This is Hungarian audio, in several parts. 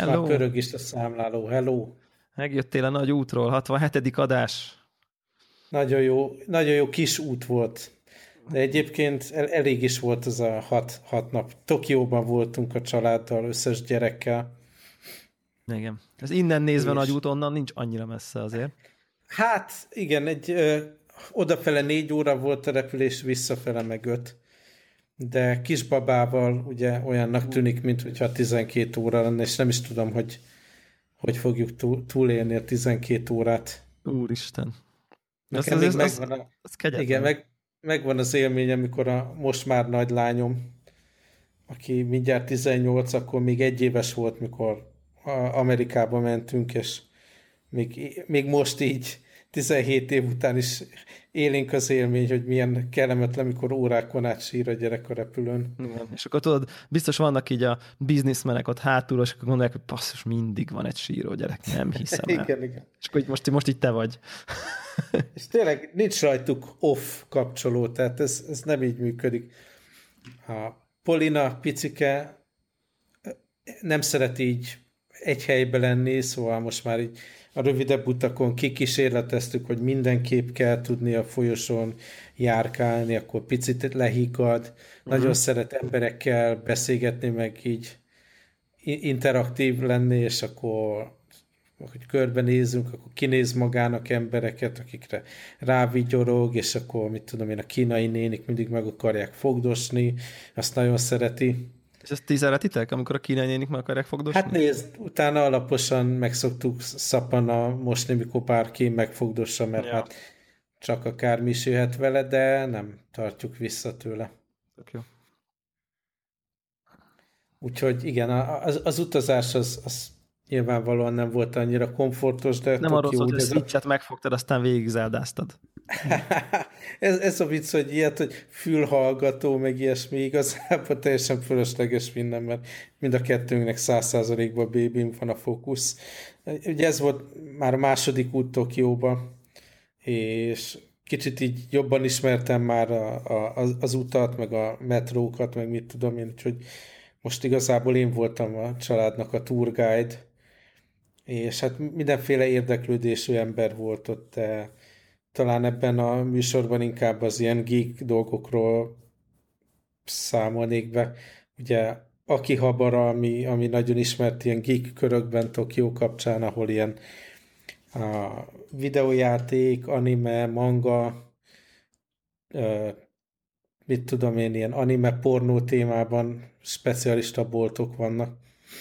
Most már pörög is a számláló. Hello! Megjöttél a nagy útról, 67. adás. Nagyon jó kis út volt. De egyébként elég is volt az a hat nap. Tokióban voltunk a családdal, összes gyerekkel. Igen. Ez innen nézve nagy És út, onnan nincs annyira messze azért. hát igen, odafele 4 óra volt a repülés, visszafele meg 5. De kisbabával ugye olyannak tűnik, mint hogyha 12 óra lenne, és nem is tudom, hogy fogjuk túlélni a 12 órát. Úristen. Nekem még megvan az kegyetlen. igen, megvan az élmény, amikor a most már nagy lányom, aki mindjárt 18, akkor még 1 éves volt, mikor Amerikába mentünk, és még most így 17 év után is élénk az élmény, hogy milyen kellemetlen, mikor órákon át sír a gyerek a repülőn. Igen. És akkor tudod, biztos vannak így a bizniszmenek ott hátulról, és akkor gondolják, hogy passzus, mindig van egy síró gyerek, nem hiszem el. Igen. És akkor most így te vagy. És tényleg nincs rajtuk off kapcsoló, tehát ez nem így működik. A Polina picike nem szeret így egy helybe lenni, szóval most már így a rövidebb utakon kikísérleteztük, hogy mindenképp kell tudni a folyosón járkálni, akkor picit lehigad, nagyon szeret emberekkel beszélgetni, meg így interaktív lenni, és akkor hogy körbenézünk, akkor kinéz magának embereket, akikre rávigyorog, és akkor, mit tudom én, a kínai nénik mindig meg akarják fogdosni, azt nagyon szereti. És ezt ti szeretitek, amikor a kínai nénik meg akarják fogdosni? Hát nézd, utána alaposan megszoktuk szappan mosni, mikor bárki megfogdossa, mert hát csak akármi is jöhet vele, de nem tartjuk vissza tőle. Tök jó. Úgyhogy igen, az utazás az nyilvánvalóan nem volt annyira komfortos, de nem arról szólt, hogy ez switchet megfogtad, aztán végig zeldáztad. ez a vicc, hogy ilyet, hogy fülhallgató, meg ilyesmi, igazából teljesen fölösleges minden, mert mind a kettőnknek 100%-ban bébim van a fókusz. Ugye ez volt már a második út Tokióba, és kicsit így jobban ismertem már az utat, meg a metrókat, meg mit tudom én, úgyhogy most igazából én voltam a családnak a tour guide, és hát mindenféle érdeklődésű ember volt ott, de talán ebben a műsorban inkább az ilyen geek dolgokról számolnék be. Ugye Akihabara, ami nagyon ismert ilyen geek körökben Tokió kapcsán, ahol ilyen a videójáték, anime, manga, mit tudom én, ilyen anime pornó témában specialista boltok vannak.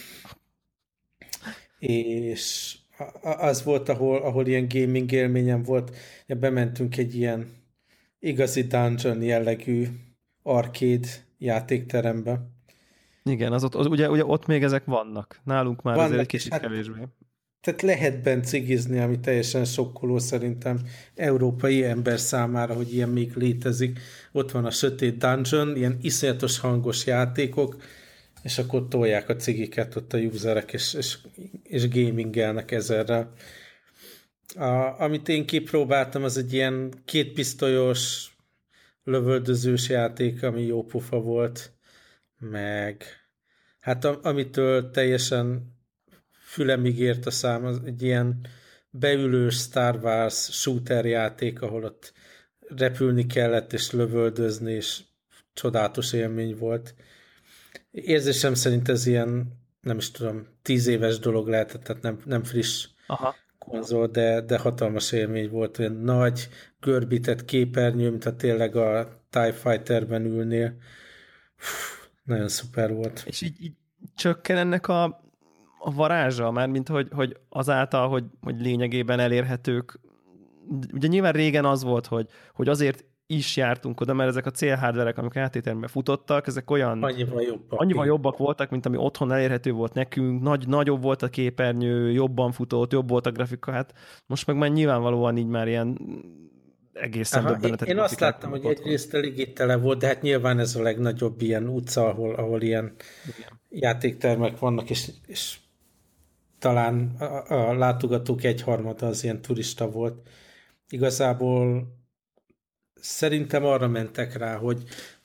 És az volt, ahol ilyen gaming élményem volt, bementünk egy ilyen igazi dungeon jellegű arcade játékterembe. Igen, ugye ott még ezek vannak. Nálunk már azért egy kicsit kevésbé. Tehát lehet bent cigizni, ami teljesen sokkoló szerintem európai ember számára, hogy ilyen még létezik. Ott van a sötét dungeon, ilyen iszonyatos hangos játékok, és akkor tolják a cigiket ott a userek, és gamingelnek ezerrel. Amit én kipróbáltam, az egy ilyen kétpisztolyos, lövöldözős játék, ami jó pofa volt, meg hát amitől teljesen fülemig ért a szám, az egy ilyen beülős Star Wars shooter játék, ahol ott repülni kellett, és lövöldözni, és csodálatos élmény volt. Érzésem szerint ez ilyen, nem is tudom, 10 éves dolog lehetett, tehát nem friss konzol, de hatalmas élmény volt, olyan nagy, görbített képernyő, mint ha tényleg a TIE Fighterben ülnél. Nagyon szuper volt. És így csökken ennek a varázsa, mármint hogy azáltal, hogy lényegében elérhetők. Ugye nyilván régen az volt, hogy azért is jártunk oda, mert ezek a célhardverek, amik játékteremben futottak, ezek olyan annyival jobbak voltak, mint ami otthon elérhető volt nekünk, nagyobb volt a képernyő, jobban futott, jobb volt a grafika, hát most meg már nyilvánvalóan így már ilyen egészen döbbenetes. Én azt láttam, hogy egyrészt eléggé tele volt, de hát nyilván ez a legnagyobb ilyen utca, ahol ilyen játéktermek vannak, és talán a látogatók 1/3 az ilyen turista volt. Igazából szerintem arra mentek rá,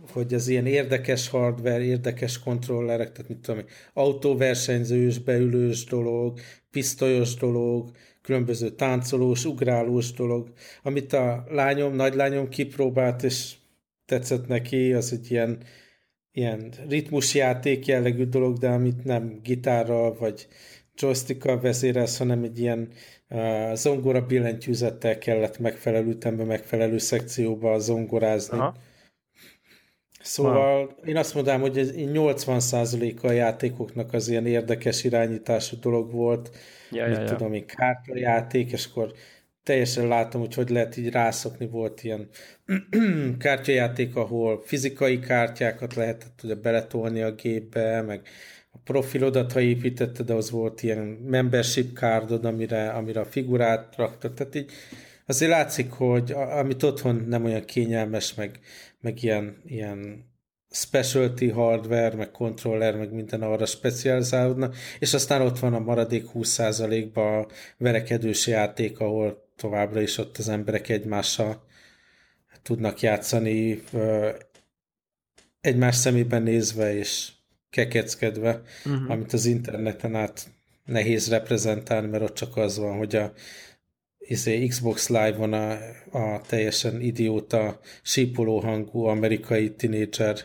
hogy az ilyen érdekes hardware, érdekes kontrollerek, tehát mit tudom, autóversenyzős, beülős dolog, pisztolyos dolog, különböző táncolós, ugrálós dolog. Amit a nagylányom kipróbált, és tetszett neki, az egy ilyen ritmusjáték jellegű dolog, de amit nem gitárral vagy joystickkal vezérelsz, hanem egy ilyen zongora billentyűzettel kellett megfelelő ütembe, megfelelő szekcióba zongorázni. Aha. Szóval én azt mondanám, hogy ez 80%-a a játékoknak az ilyen érdekes irányítású dolog volt, tudom én, kártyajáték, és akkor teljesen látom, hogy lehet így rászokni, volt ilyen kártyajáték, ahol fizikai kártyákat lehetett ugye beletolni a gépbe, meg a profilodat, ha építetted, az volt ilyen membership cardod, amire a figurát raktad. Tehát így azért látszik, hogy amit otthon nem olyan kényelmes, meg ilyen specialty hardware, meg controller, meg minden arra specializálódna, és aztán ott van a maradék 20%-ban a verekedős játék, ahol továbbra is ott az emberek egymással tudnak játszani, egymás szemében nézve és kekeckedve, amit az interneten át nehéz reprezentálni, mert ott csak az van, hogy a Xbox Live-on a teljesen idióta, sípoló hangú amerikai tinédzser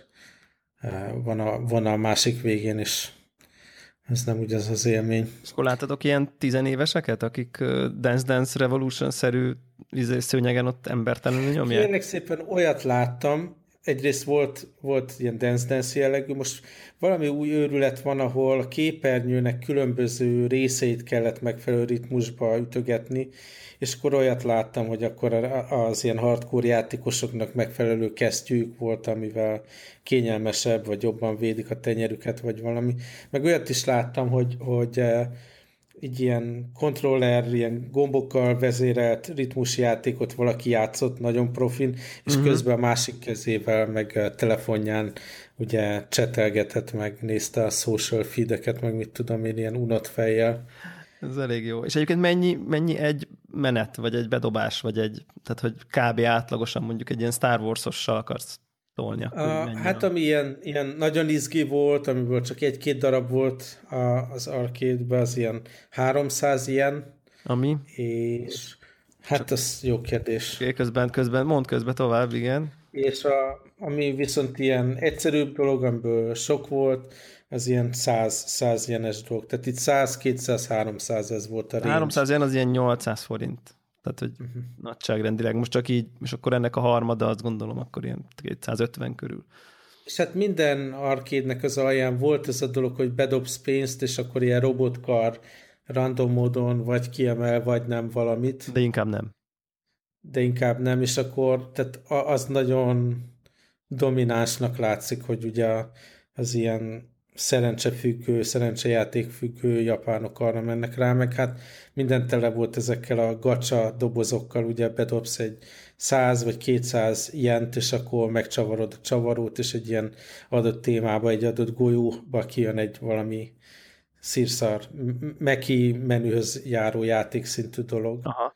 van a másik végén, és ez nem ugyanaz az élmény. És akkor láttatok ilyen tizenéveseket, akik Dance Dance Revolution-szerű szőnyegen ott embertelenül nyomják? Kérlek szépen olyat láttam, egyrészt volt ilyen dance jellegű, most valami új őrület van, ahol a képernyőnek különböző részeit kellett megfelelő ritmusba ütögetni, és akkor olyat láttam, hogy akkor az ilyen hardcore játékosoknak megfelelő kesztyűk volt, amivel kényelmesebb, vagy jobban védik a tenyerüket, vagy valami. Meg olyat is láttam, hogy így ilyen kontroller, ilyen gombokkal vezérelt ritmusjátékot valaki játszott nagyon profin, és közben a másik kezével, meg telefonján ugye csetelgetett, meg nézte a social feedeket, meg mit tudom én, ilyen unott fejjel. Ez elég jó. És egyébként mennyi egy menet, vagy egy bedobás, vagy tehát hogy kb. Átlagosan mondjuk egy ilyen Star Wars-ossal akarsz tolni, hát ami ilyen nagyon izgi volt, amiből csak egy-két darab volt az arcade-ben, az ilyen 300 ilyen. Ami? És hát az jó kérdés. Közben, mondd közben tovább, igen. És ami viszont ilyen egyszerűbb dolog, amiből sok volt, az ilyen 100 ilyenes dolog. Tehát itt 100, 200, 300 ez volt a range. 300 ilyen az ilyen 800 forint. Tehát, hogy nagyságrendileg most csak így, és akkor ennek a harmada, azt gondolom, akkor ilyen 250 körül. És hát minden arcade-nek az alján volt ez a dolog, hogy bedobsz pénzt, és akkor ilyen robotkar random módon vagy kiemel, vagy nem valamit. De inkább nem, és akkor tehát az nagyon dominánsnak látszik, hogy ugye az ilyen szerencsejátékfüggő japánok arra mennek rá, meg hát minden tele volt ezekkel a gacsa dobozokkal, ugye bedobsz egy 100 vagy 200 jent, és akkor megcsavarod a csavarót, és egy ilyen adott témába, egy adott golyóba kijön egy valami szírszar, meki menühöz járó játékszintű dolog. Aha.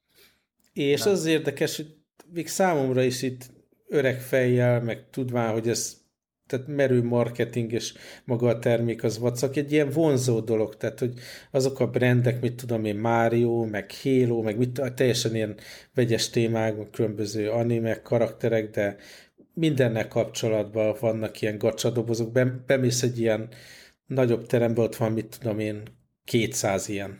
És az érdekes, hogy még számomra is itt öreg fejjel, meg tudván, hogy ez tehát merő marketing, és maga a termék az vacak, egy ilyen vonzó dolog, tehát hogy azok a brandek, mit tudom én, Mario, meg Halo, meg teljesen ilyen vegyes témák, különböző animek, karakterek, de mindennel kapcsolatban vannak ilyen gacsadobozok, bemész egy ilyen nagyobb terembe, ott van, mit tudom én, 200 ilyen.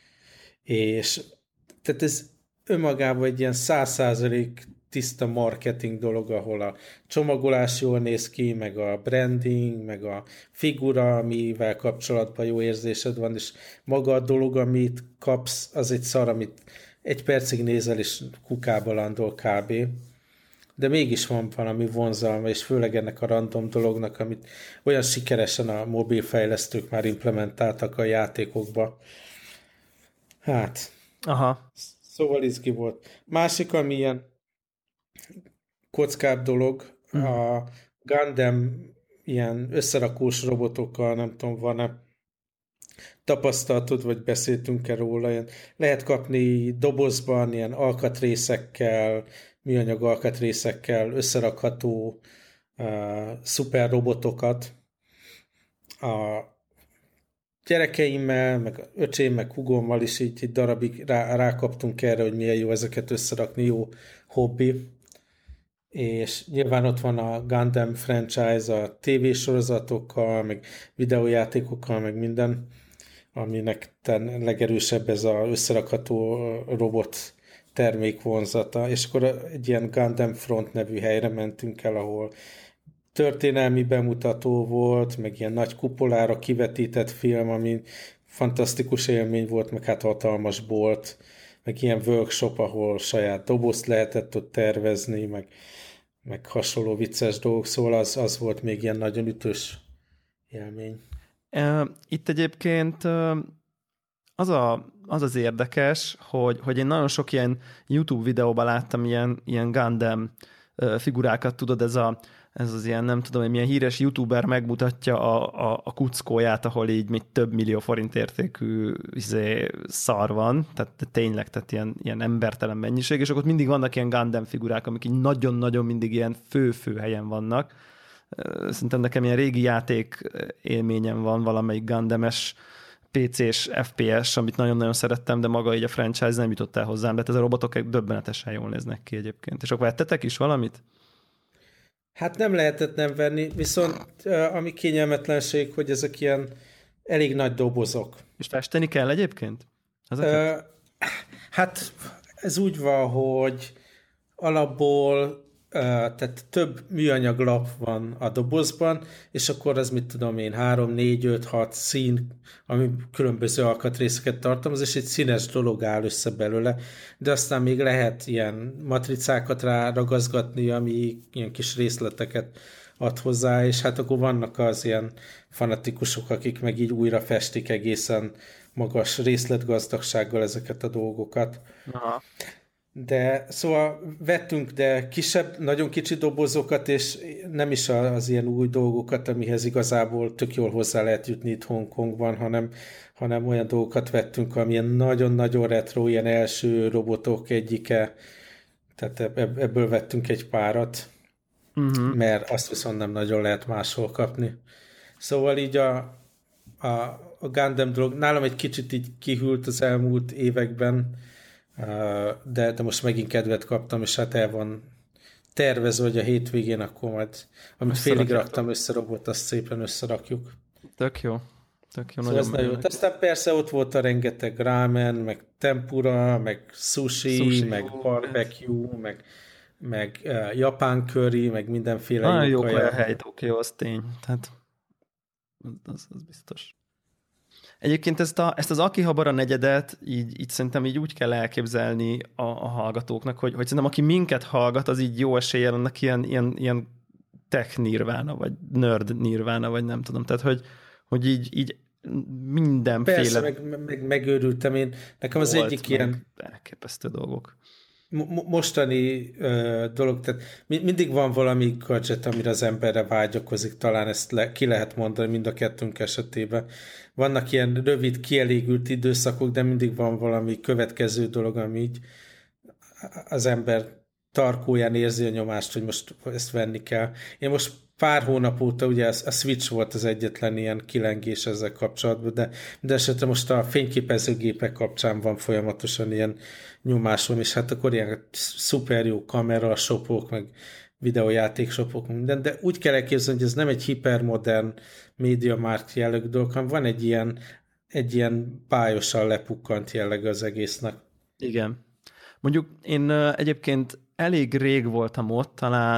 És tehát ez önmagában egy ilyen 100% tiszta marketing dolog, ahol a csomagolás jól néz ki, meg a branding, meg a figura, amivel kapcsolatban jó érzésed van, és maga a dolog, amit kapsz, az egy szar, amit egy percig nézel, és kukába landol kb. De mégis van valami vonzalma, és főleg ennek a random dolognak, amit olyan sikeresen a mobilfejlesztők már implementáltak a játékokba. Hát, aha. Szóval izgi volt. Másik, ami ilyen kockább dolog, a Gundam ilyen összerakós robotokkal, nem tudom, van-e tapasztalatod, vagy beszéltünk-e róla, ilyen, lehet kapni dobozban ilyen alkatrészekkel, műanyag alkatrészekkel összerakható szuper robotokat. A gyerekeimmel, meg öcsém, meg hugommal is így egy darabig rákaptunk erre, hogy milyen jó ezeket összerakni, jó hobbi. És nyilván ott van a Gundam franchise, a tévésorozatokkal, meg videójátékokkal, meg minden, aminek legerősebb ez az összerakható robot termék vonzata, és akkor egy ilyen Gundam Front nevű helyre mentünk el, ahol történelmi bemutató volt, meg ilyen nagy kupolára kivetített film, ami fantasztikus élmény volt, meg hát hatalmas bolt, meg ilyen workshop, ahol saját dobozt lehetett ott tervezni, meg hasonló vicces dolgok, szóval az volt még ilyen nagyon ütős élmény. Itt egyébként az érdekes, hogy én nagyon sok ilyen YouTube videóban láttam ilyen Gundam figurákat, tudod, ez az ilyen, nem tudom, hogy milyen híres youtuber megmutatja a kuckóját, ahol így még több millió forint értékű szar van, tehát tényleg, tehát ilyen embertelen mennyiség, és akkor mindig vannak ilyen Gundam figurák, amik így nagyon-nagyon mindig ilyen fő-fő helyen vannak. Szerintem nekem ilyen régi játék élményem van, valamelyik Gundam-es PC-s FPS, amit nagyon-nagyon szerettem, de maga így a franchise nem jutott el hozzám, de ez a robotok döbbenetesen jól néznek ki egyébként. És akkor vettetek is valamit? Hát nem lehetett nem venni, viszont ami kényelmetlenség, hogy ezek ilyen elég nagy dobozok. És festeni kell egyébként? Hát ez úgy van, hogy alapból tehát több műanyag lap van a dobozban, és akkor az mit tudom én, 3, 4, 5, 6 szín, ami különböző alkatrészeket tartalmaz, és egy színes dolog áll össze belőle, de aztán még lehet ilyen matricákat ráragazgatni, ami ilyen kis részleteket ad hozzá, és hát akkor vannak az ilyen fanatikusok, akik meg így újra festik egészen magas részletgazdagsággal ezeket a dolgokat. Aha. De szóval vettünk, de kisebb, nagyon kicsi dobozokat, és nem is az ilyen új dolgokat, amihez igazából tök jól hozzá lehet jutni itt Hongkongban, hanem olyan dolgokat vettünk, amilyen nagyon-nagyon retro, ilyen első robotok egyike, tehát ebből vettünk egy párat, mert azt viszont nem nagyon lehet máshol kapni. Szóval így a Gundam dolog nálam egy kicsit így kihűlt az elmúlt években, de most megint kedvet kaptam, és hát el van tervezve, hogy a hétvégén akkor majd, amit félig raktam össze robot, azt szépen összerakjuk. Tök jó. Szóval nagyon jó. Aztán persze ott volt a rengeteg ramen, meg tempura, meg sushi meg barbecue, meg japán curry, meg mindenféle nagyon jó kaja hely, Tokió, az tény. Tehát az biztos. Egyébként ezt az Akihabara negyedet így szerintem így úgy kell elképzelni a hallgatóknak, hogy szerintem aki minket hallgat, az így jó eséllyel annak ilyen tech nirvána, vagy nerd nirvána, vagy nem tudom. Tehát, hogy így mindenféle... Persze, megőrültem én. Nekem az egyik ilyen... Elképesztő dolgok. Mostani dolog, tehát mindig van valami gadget, amire az emberre vágyakozik, talán ezt ki lehet mondani mind a kettőnk esetében. Vannak ilyen rövid, kielégült időszakok, de mindig van valami következő dolog, ami így az ember tarkóján érzi a nyomást, hogy most ezt venni kell. Én most pár hónap óta, ugye a Switch volt az egyetlen ilyen kilengés ezzel kapcsolatban, de minden esetre most a fényképezőgépek kapcsán van folyamatosan ilyen nyomásom, és hát akkor ilyen szuper jó kamera shopok, meg videójátékshopok, minden, de úgy kell elképzelni, hogy ez nem egy hipermodern MediaMarkt jellegű dolog, hanem van egy ilyen bájosan lepukkant jelleg az egésznek. Igen. Mondjuk én egyébként elég rég voltam ott,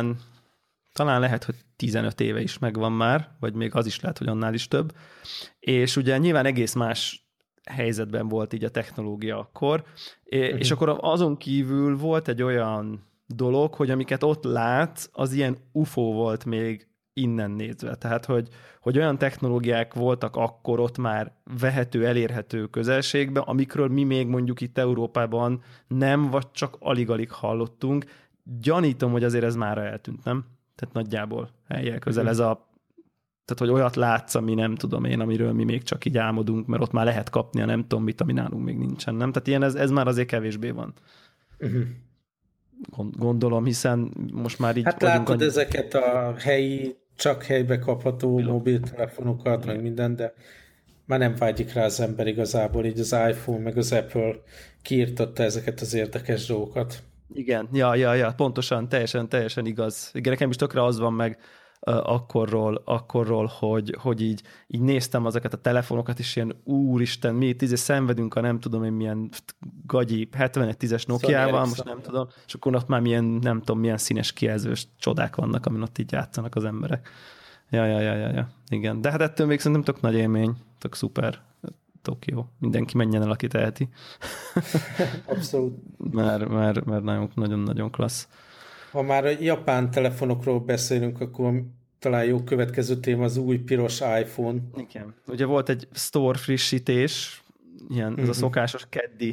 talán lehet, hogy 15 éve is megvan már, vagy még az is lehet, hogy annál is több, és ugye nyilván egész más helyzetben volt így a technológia akkor, és akkor azon kívül volt egy olyan dolog, hogy amiket ott lát, az ilyen UFO volt még innen nézve. Tehát, hogy olyan technológiák voltak akkor ott már vehető, elérhető közelségben, amikről mi még mondjuk itt Európában nem, vagy csak alig-alig hallottunk. Gyanítom, hogy azért ez már eltűnt, nem? Tehát nagyjából helyjel közel ez tehát, hogy olyat látsz, ami nem tudom én, amiről mi még csak így álmodunk, mert ott már lehet kapni a nem tudom mit, ami nálunk még nincsen, nem? Tehát ilyen ez már azért kevésbé van. gondolom, hiszen most már így Hát látod ezeket a csak helybe kapható mobiltelefonokat, meg minden, de már nem vágyik rá az ember igazából, így az iPhone, meg az Apple kiirtotta ezeket az érdekes dolgokat. Igen, ja, pontosan, teljesen igaz. Igen, nekem is tökre az van meg akkorról, hogy így néztem ezeket a telefonokat, és ilyen úristen, mi itt szenvedünk a nem tudom én milyen gagyi 7110-es Nokiával, most nem tudom, és akkor ott már milyen, nem tudom, milyen színes kijelzős csodák vannak, amin ott így játszanak az emberek. Ja. Igen, de hát ettől még szerintem tök nagy élmény, tök szuper. Tök jó. Mindenki menjen el, aki teheti. Abszolút. mert nagyon-nagyon klassz. Ha már a japán telefonokról beszélünk, akkor talán jó következő téma az új piros iPhone. Igen. Ugye volt egy store frissítés, ilyen, ez a szokásos keddi,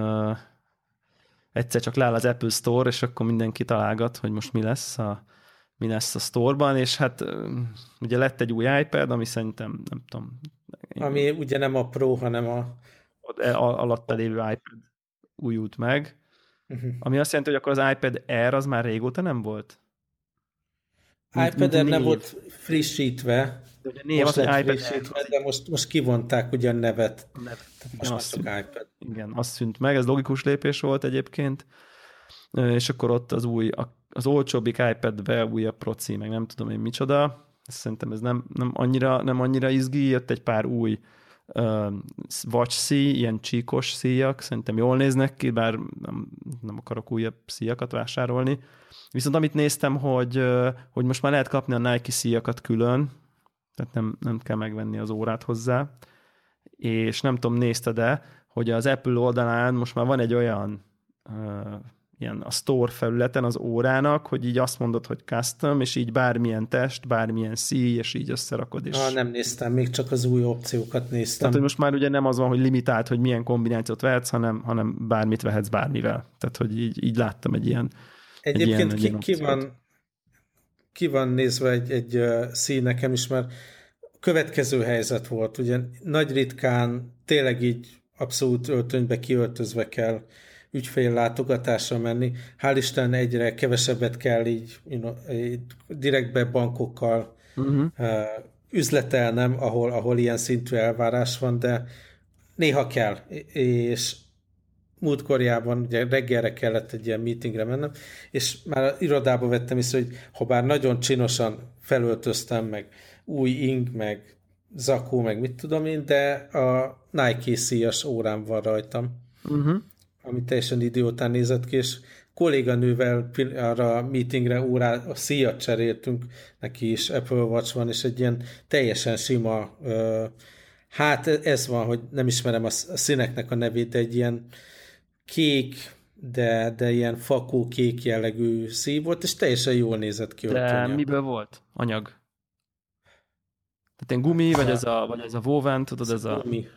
egyszer csak leáll az Apple Store, és akkor mindenki találgat, hogy most mi lesz a store-ban, és hát ugye lett egy új iPad, ami szerintem, nem tudom. Ami ugye nem a Pro, hanem alatta lévő iPad újult meg, ami azt jelenti, hogy akkor az iPad Air az már régóta nem volt? iPad Air nem volt frissítve, de ugye név most az, hogy iPad frissítve, de most kivonták ugye a nevet. Most már csak iPad. Igen, azt szűnt meg, ez logikus lépés volt egyébként, és akkor ott az olcsóbbik iPad-be újabb proci, meg nem tudom én micsoda. Szerintem ez nem annyira izgi, jött egy pár új Watch C, ilyen csíkos szíjak, szerintem jól néznek ki, bár nem akarok újabb szíjakat vásárolni. Viszont amit néztem, hogy most már lehet kapni a Nike szíjakat külön, tehát nem kell megvenni az órát hozzá, és nem tudom, nézted-e, hogy az Apple oldalán most már van egy olyan ilyen a store felületen az órának, hogy így azt mondod, hogy custom, és így bármilyen test, bármilyen szíj, és így összerakod. És... Nem néztem, még csak az új opciókat néztem. Tehát, hogy most már ugye nem az van, hogy limitált, hogy milyen kombinációt vehetsz, hanem bármit vehetsz bármivel. Tehát, hogy így láttam egy ilyen egyébként ki van nézve egy szín nekem is, mert következő helyzet volt, ugye nagy ritkán tényleg így abszolút öltönybe kiöltözve kell ügyfél látogatásra menni. Hál' Isten egyre kevesebbet kell így direktbe bankokkal üzletelnem, ahol ilyen szintű elvárás van, de néha kell. És múltkorjában ugye reggelre kellett egy ilyen meetingre mennem, és már az irodába vettem észre, hogy ha bár nagyon csinosan felöltöztem, meg új ing, meg zakó, meg mit tudom én, de a Nike szíjas órám van rajtam. Ami teljesen idiótán nézett ki, és kolléganővel arra a meetingre a szíjat cseréltünk, neki is Apple Watch van, és egy ilyen teljesen sima, hát ez van, hogy nem ismerem a színeknek a nevét, de egy ilyen kék, de ilyen fakó kék jellegű szíj volt, és teljesen jól nézett ki. De miből volt? Anyag? Tehát ilyen gumi, vagy ez a woven, tudod, ez a... Gumi.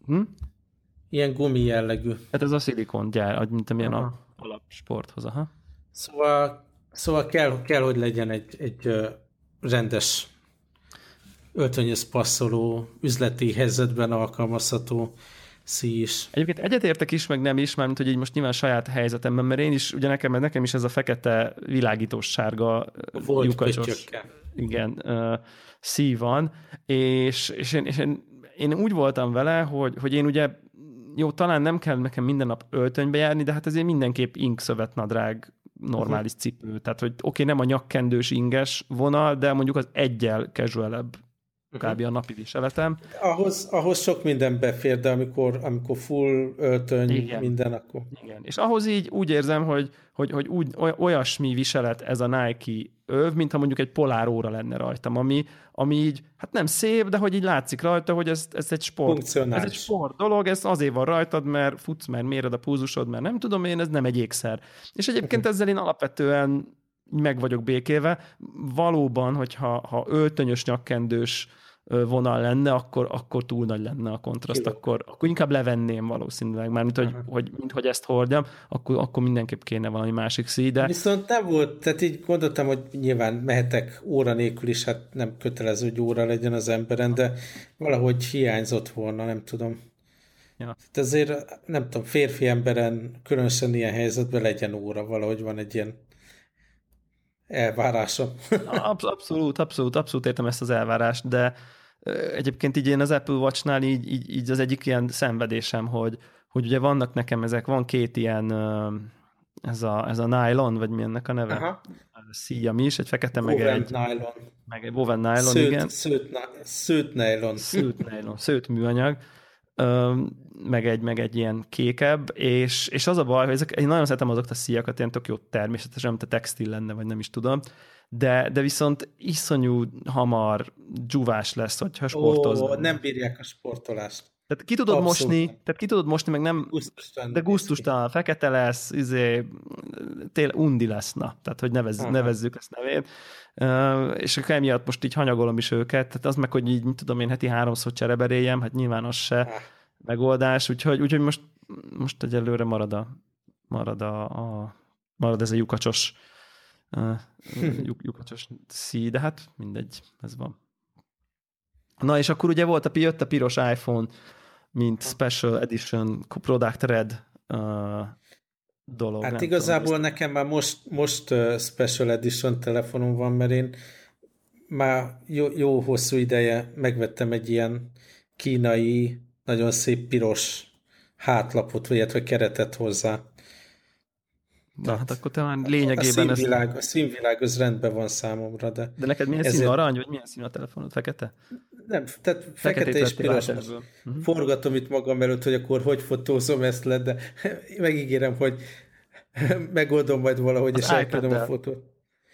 Ilyen gumi jellegű. Hát ez a szilikon gyár, mint amilyen alapsporthoz, aha. Szóval kell, hogy legyen egy rendes öltönyhöz passzoló, üzleti helyzetben alkalmazható szíj is. Egyébként egyetértek is, meg nem is, mármint, hogy így most nyilván saját helyzetemben, mert én is, ugye nekem is ez a fekete világítós sárga lyukacsos, igen, szíj van, és én úgy voltam vele, hogy én ugye jó, talán nem kell nekem minden nap öltönybe járni, de hát ezért mindenképp ingszövetnadrág normális cipő. Tehát, hogy oké, nem a nyakkendős inges vonal, de mondjuk az egyel casualebb kb. A napi viseletem. Ahhoz sok minden befér, de amikor full öltöny, igen, minden, akkor... Igen, és ahhoz így úgy érzem, hogy olyasmi viselet ez a Nike öv, mintha mondjuk egy Polar óra lenne rajtam, ami így, hát nem szép, de hogy így látszik rajta, hogy ez egy sport. Ez egy sport dolog, ez azért van rajtad, mert futsz, mert méred a pulzusod, mert nem tudom én, ez nem egy ékszer. És egyébként ezzel én alapvetően meg vagyok békélve. Valóban, hogyha öltönyös, nyakkendős vonal lenne, akkor túl nagy lenne a kontraszt, akkor inkább levenném valószínűleg, mármint, hogy ezt hordjam, akkor mindenképp kéne valami másik szíj, de... Viszont nem volt, tehát így gondoltam, hogy nyilván mehetek óra nélkül is, hát nem kötelező, hogy óra legyen az emberen, de valahogy hiányzott volna, nem tudom. Ja. Azért nem tudom, férfi emberen különösen ilyen helyzetben legyen óra, valahogy van egy ilyen elvárásom. Abszolút értem ezt az elvárást, de egyébként így én az Apple Watch-nál így az egyik ilyen szenvedésem, hogy ugye vannak nekem van két ilyen, ez a nylon, vagy mi ennek a neve? Aha. Szíjam is, egy fekete, Woven nylon. meg egy woven nylon, igen. Szőtt nylon. Szőtt műanyag, meg egy ilyen kékebb, és az a baj, hogy én nagyon szeretem azokat a szíjakat, ilyen tök jó természetesen, mint a textil lenne, vagy nem is tudom, de viszont iszonyú hamar dzsúvás lesz, hogyha sportozol. Nem bírják a sportolást. Tehát ki tudod mosni, meg nem, de gusztustalan, fekete lesz, undi lesz, na, tehát hogy nevezzük ezt nevét. És akkor emiatt most így hanyagolom is őket, tehát az meg, hogy így, tudom én, heti 3-szor csereberéljem, hát nyilván az se megoldás, úgyhogy most egyelőre marad ez a lyukacsos szí, de hát mindegy, ez van. Na és akkor ugye jött a piros iPhone, mint Special Edition Product Red dolog. Hát igazából nekem már most Special Edition telefonom van, mert én már jó hosszú ideje megvettem egy ilyen kínai, nagyon szép piros hátlapot, vagy keretet hozzá. Na, hát akkor te már lényegében... A színvilág az rendben van számomra, de... De neked milyen színű, arany, vagy milyen színű a telefonod? Fekete? Nem, tehát fekete és piros. Forgatom itt magam előtt, hogy akkor hogy fotózom ezt le, de megígérem, hogy megoldom majd valahogy, és elküldöm a fotót.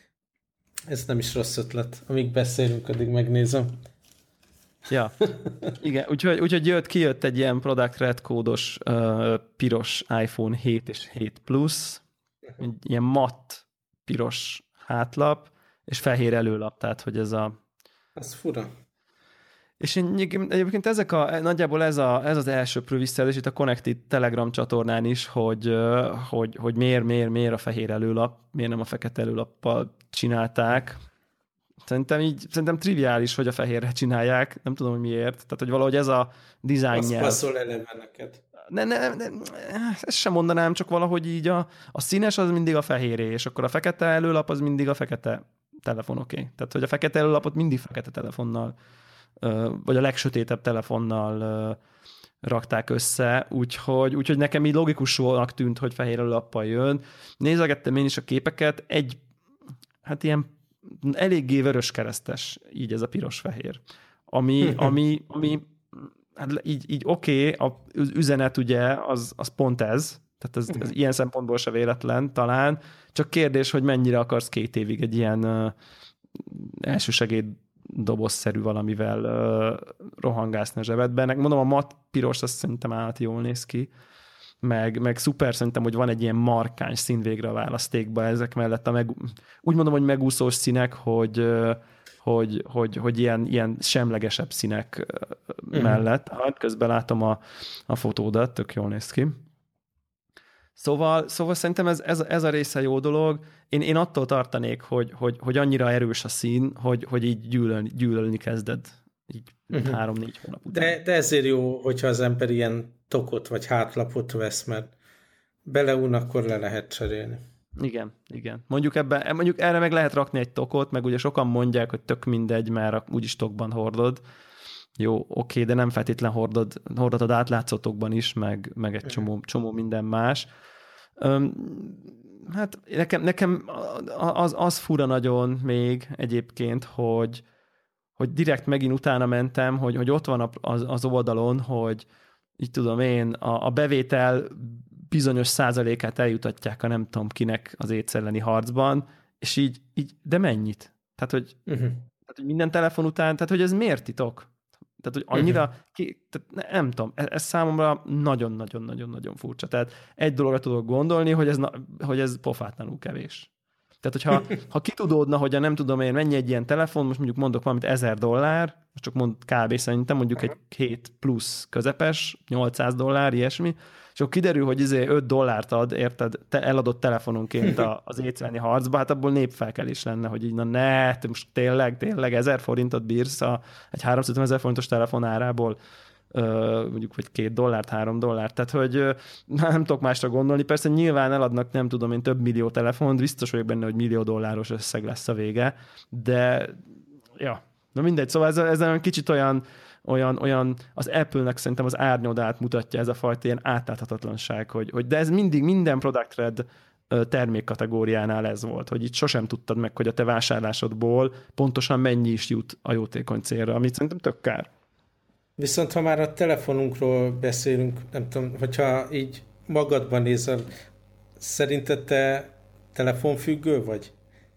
Ez nem is rossz ötlet. Amíg beszélünk, addig megnézem. Ja, igen, úgyhogy kijött egy ilyen Product Red kódos piros iPhone 7 és 7 Plus, egy ilyen matt piros hátlap, és fehér előlap, tehát hogy ez a... Az fura. És egyébként nagyjából ez az első visszajelzés itt a Connected Telegram csatornán is, hogy miért a fehér előlap, miért nem a fekete előlappal csinálták. Szerintem triviális, hogy a fehérre csinálják, nem tudom, hogy miért. Tehát, hogy valahogy ez a design nyelv. Azt passzol eleve neked. Nem, ezt sem mondanám, csak valahogy így a színes az mindig a fehéré, és akkor a fekete előlap az mindig a fekete telefon, oké. Tehát, hogy a fekete előlapot mindig fekete telefonnal, vagy a legsötétebb telefonnal rakták össze, úgyhogy nekem így logikusnak tűnt, hogy fehér előlappal jön. Nézegettem én is a képeket, hát ilyen eléggé vöröskeresztes így ez a piros-fehér. Ami hát így oké, az üzenet ugye az pont ez, tehát ez ilyen szempontból se véletlen talán, csak kérdés, hogy mennyire akarsz 2 évig egy ilyen elsősegéd dobozszerű valamivel rohangászni a zsebedben. Mondom, a matt piros azt szerintem állat jól néz ki, meg szuper szerintem, hogy van egy ilyen markáns szín végre a választékba ezek mellett úgy mondom, hogy megúszós színek, hogy ilyen semlegesebb színek mellett. Hát közben látom a fotódat, tök jól néz ki. Szóval szerintem ez a része jó dolog. Én attól tartanék, hogy annyira erős a szín, hogy így gyűlölni kezded így 3-4 hónap után. De ezért jó, hogyha az ember ilyen tokot vagy hátlapot vesz, mert beleun, akkor le lehet cserélni. Igen. Mondjuk erre meg lehet rakni egy tokot, meg ugye sokan mondják, hogy tök mindegy, mert úgyis tokban hordod. Jó, oké, de nem feltétlen hordod átlátszó tokban is, meg egy csomó minden más. Hát nekem az fura nagyon még egyébként, hogy direkt megint utána mentem, hogy ott van az oldalon, hogy így tudom én, a bevétel bizonyos százalékát eljutatják a nem tudom kinek az AIDS elleni harcban, és így de mennyit? Tehát, hogy minden telefon után, tehát, hogy ez miért titok? Tehát, hogy annyira, tehát nem tudom, ez számomra nagyon-nagyon-nagyon-nagyon furcsa. Tehát egy dologra tudok gondolni, hogy ez pofátlanul kevés. Tehát, hogyha kitudódna, hogy nem tudom én, mennyi egy ilyen telefon, most mondjuk mondok valamit $1000, most csak mond kb. Szerintem mondjuk egy 7 plusz közepes, $800, ilyesmi, és akkor kiderül, hogy $5 ad, érted, eladott telefononként az étvenni harcba, hát abból népfelkelés lenne, hogy így te most tényleg 1000 forintot bírsz egy 350 000 forintos telefon árából mondjuk, vagy $2, $3, tehát, hogy nem tudok másra gondolni. Persze nyilván eladnak, nem tudom én, több millió telefont, biztos vagyok benne, hogy $1 millió összeg lesz a vége, de ja, na mindegy, szóval ez olyan kicsit olyan az Apple-nek szerintem az árnyoldalát mutatja ez a fajta ilyen átláthatatlanság, hogy de ez mindig minden Product Red termékkategóriánál ez volt, hogy itt sosem tudtad meg, hogy a te vásárlásodból pontosan mennyi is jut a jótékony célra, amit szerintem tök kár. Viszont ha már a telefonunkról beszélünk, nem tudom, hogyha így magadban nézel, szerinted te telefonfüggő vagy?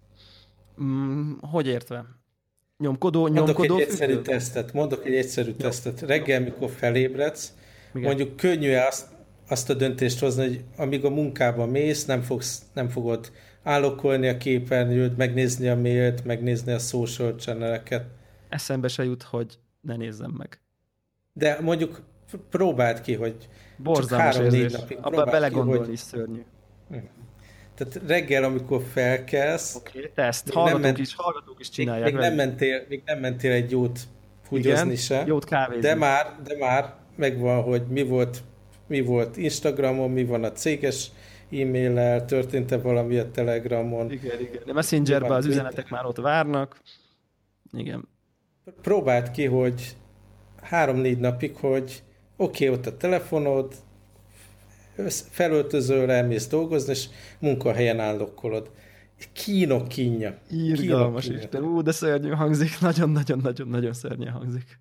Hogy értve? Nyomkodó Mondok egy egyszerű tesztet. Reggel, mikor felébredsz, igen. Mondjuk könnyű azt a döntést hozni, hogy amíg a munkában mész, nem fogod állokolni a képernyőt, megnézni a mailt, megnézni a social channeleket. Eszembe se jut, hogy ne nézzem meg. De mondjuk próbáld ki, hogy borzalmas csak 3-4 napig abba belegondolni is szörnyű. Tehát reggel, amikor felkelsz... Oké, teszt. Hallgatók is csinálják. Még nem mentél egy jót húgyozni se. Jót kávézni. De már megvan, hogy mi volt Instagramon, mi van a céges e-maillel, történt-e valami a Telegramon. Igen. De Messengerben az üzenetek már ott várnak. Igen. Próbáld ki, hogy 3-4 napig, hogy oké, ott a telefonod, felöltözöl, elmész dolgozni, és munkahelyen állokkolod. Kínja. Irgalmas Isten. De szörnyű hangzik. Nagyon szörnyű hangzik.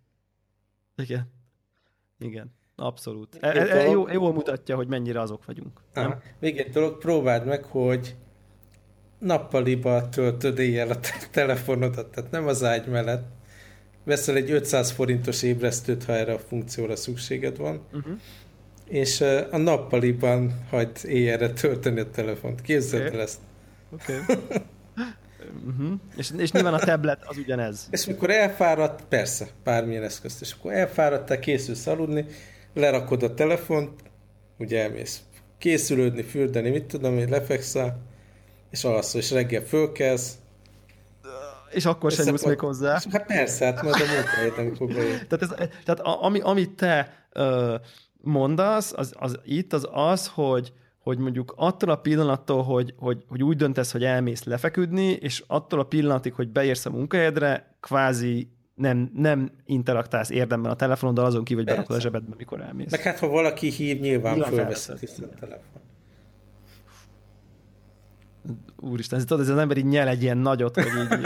Igen. Abszolút. Jól mutatja, hogy mennyire azok vagyunk. Még egy dolog, próbáld meg, hogy nappaliba töltöd éjjel a telefonodat, tehát nem az ágy mellett. Veszel egy 500 forintos ébresztőt, ha erre a funkcióra szükséged van, és a nappaliban hagyd éjjelre tölteni a telefont. Képzeld el ezt. Oké. És nyilván a tablet az ugyanez. És amikor elfáradt, persze, bármilyen eszközt, és akkor elfáradtál, készülsz aludni, lerakod a telefont, ugye elmész készülődni, fürdeni, mit tudom én, lefekszel, és alszol, és reggel fölkelsz. És akkor sem nyúlsz még hozzá. Hát persze, hát majd a munkahelyet, amikor bejön. Tehát amit te mondasz, az, hogy mondjuk attól a pillanattól, hogy úgy döntesz, hogy elmész lefeküdni, és attól a pillanatig, hogy beérsz a munkahelyedre, kvázi nem interaktálsz érdemben a telefonoddal, azon kívül, hogy berakod a zsebedbe, mikor elmész. Meg hát, ha valaki hív, nyilván fölveszed a telefon. Úristen, tudod, ez az ember így nyel egy ilyen nagyot, hogy így...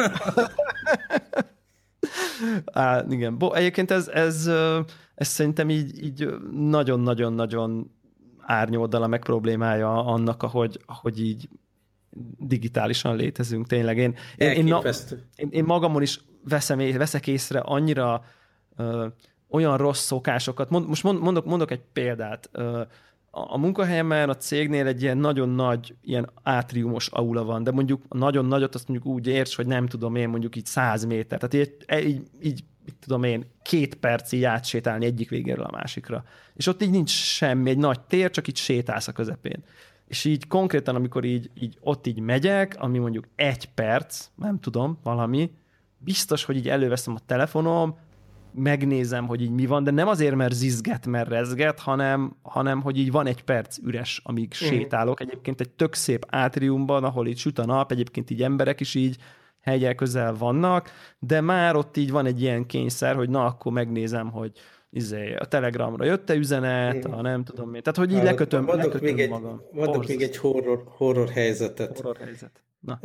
Igen. Egyébként ez szerintem így nagyon-nagyon-nagyon árnyoldala meg problémája annak, ahogy így digitálisan létezünk tényleg. Én magamon is veszek észre annyira olyan rossz szokásokat. Most mondok egy példát. A munkahelyemen, a cégnél egy ilyen nagyon nagy, ilyen átriumos aula van, de mondjuk a nagyon nagyot azt mondjuk úgy érts, hogy nem tudom én, mondjuk így 100 méter. Tehát így mit tudom én, 2 percig átsétálni egyik végéről a másikra. És ott így nincs semmi, egy nagy tér, csak így sétálsz a közepén. És így konkrétan, amikor így ott így megyek, ami mondjuk 1 perc, nem tudom, valami, biztos, hogy így előveszem a telefonom, megnézem, hogy így mi van, de nem azért, mert zizget, mert rezget, hanem hogy így van 1 perc üres, amíg sétálok. Egyébként egy tök szép átriumban, ahol így süt a nap, egyébként így emberek is így hegyel közel vannak, de már ott így van egy ilyen kényszer, hogy na, akkor megnézem, hogy a Telegramra jött-e üzenet, nem tudom én. Tehát, hogy így lekötöm magam. Mondok még egy horror helyzetet. Horror helyzet. Na,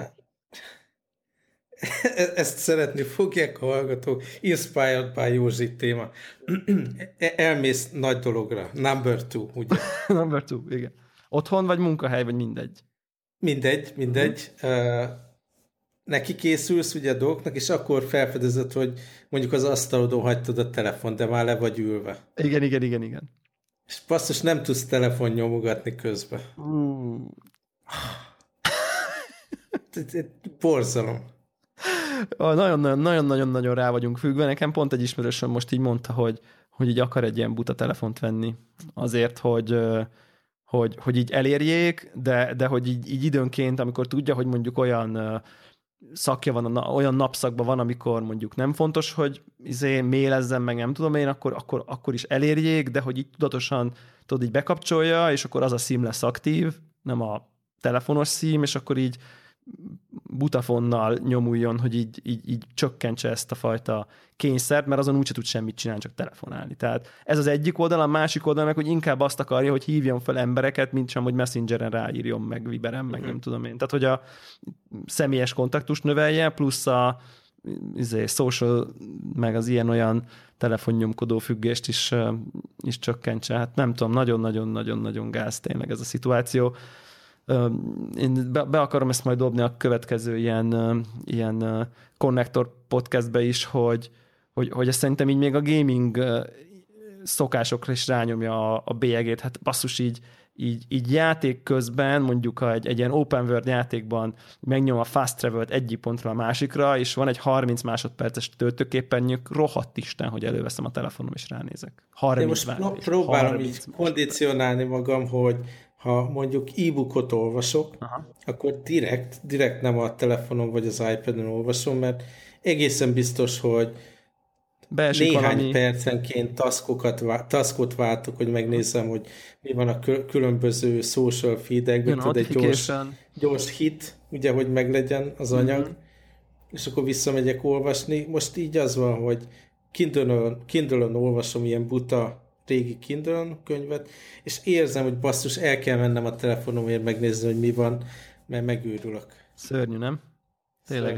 ezt szeretni fogják a hallgatók. Inspired by Józsi téma. Elmész nagy dologra. Number 2, ugye? Number 2, igen. Otthon vagy munkahely, vagy mindegy? Mindegy. Neki készülsz ugye a dolgoknak, és akkor felfedezed, hogy mondjuk az asztalodon hagytad a telefon, de már le vagy ülve. Igen. És basszus, nem tudsz telefon nyomogatni közben. Borzalom. Nagyon-nagyon rá vagyunk függve. Nekem pont egy ismerősöm most így mondta, hogy így akar egy ilyen buta telefont venni. Azért, hogy így elérjék, de hogy így időnként, amikor tudja, hogy mondjuk olyan szakja van, olyan napszakban van, amikor mondjuk nem fontos, hogy mailezzem meg, nem tudom én, akkor is elérjék, de hogy így tudatosan tudod, így bekapcsolja, és akkor az a szím lesz aktív, nem a telefonos szím, és akkor így butafonnal nyomuljon, hogy így csökkentse ezt a fajta kényszert, mert azon úgyse tud semmit csinálni, csak telefonálni. Tehát ez az egyik oldal, a másik oldal meg, hogy inkább azt akarja, hogy hívjon fel embereket, mint sem, hogy Messengeren ráírjon, meg Viberen, meg nem tudom én. Tehát, hogy a személyes kontaktust növelje, plusz a social, meg az ilyen-olyan telefonnyomkodó függést is csökkentse. Hát nem tudom, nagyon-nagyon-nagyon-nagyon gáz tényleg ez a szituáció. Én be akarom ezt majd dobni a következő ilyen Connector podcastbe is, hogy ezt szerintem így még a gaming szokásokra is rányomja a bélyegét. Hát basszus, így játék közben, mondjuk ha egy ilyen open world játékban megnyom a fast travel-t egyik pontról a másikra, és van egy 30 másodperces töltőképernyők, rohadt Isten, hogy előveszem a telefonom és ránézek. 30 Én most próbálom így kondicionálni magam, hogy ha mondjuk e-bookot olvasok, akkor direkt nem a telefonon vagy az iPad-on olvasom, mert egészen biztos, hogy néhány percenként taskot váltok, hogy megnézem, hogy mi van a különböző social feedekben, tud egy gyors hit, ugye, hogy meglegyen az anyag, és akkor visszamegyek olvasni. Most így az van, hogy Kindle-on olvasom ilyen buta régi Kindle könyvet, és érzem, hogy basszus, el kell mennem a telefonomért megnézni, hogy mi van, mert megőrülök. Szörnyű, nem? Tényleg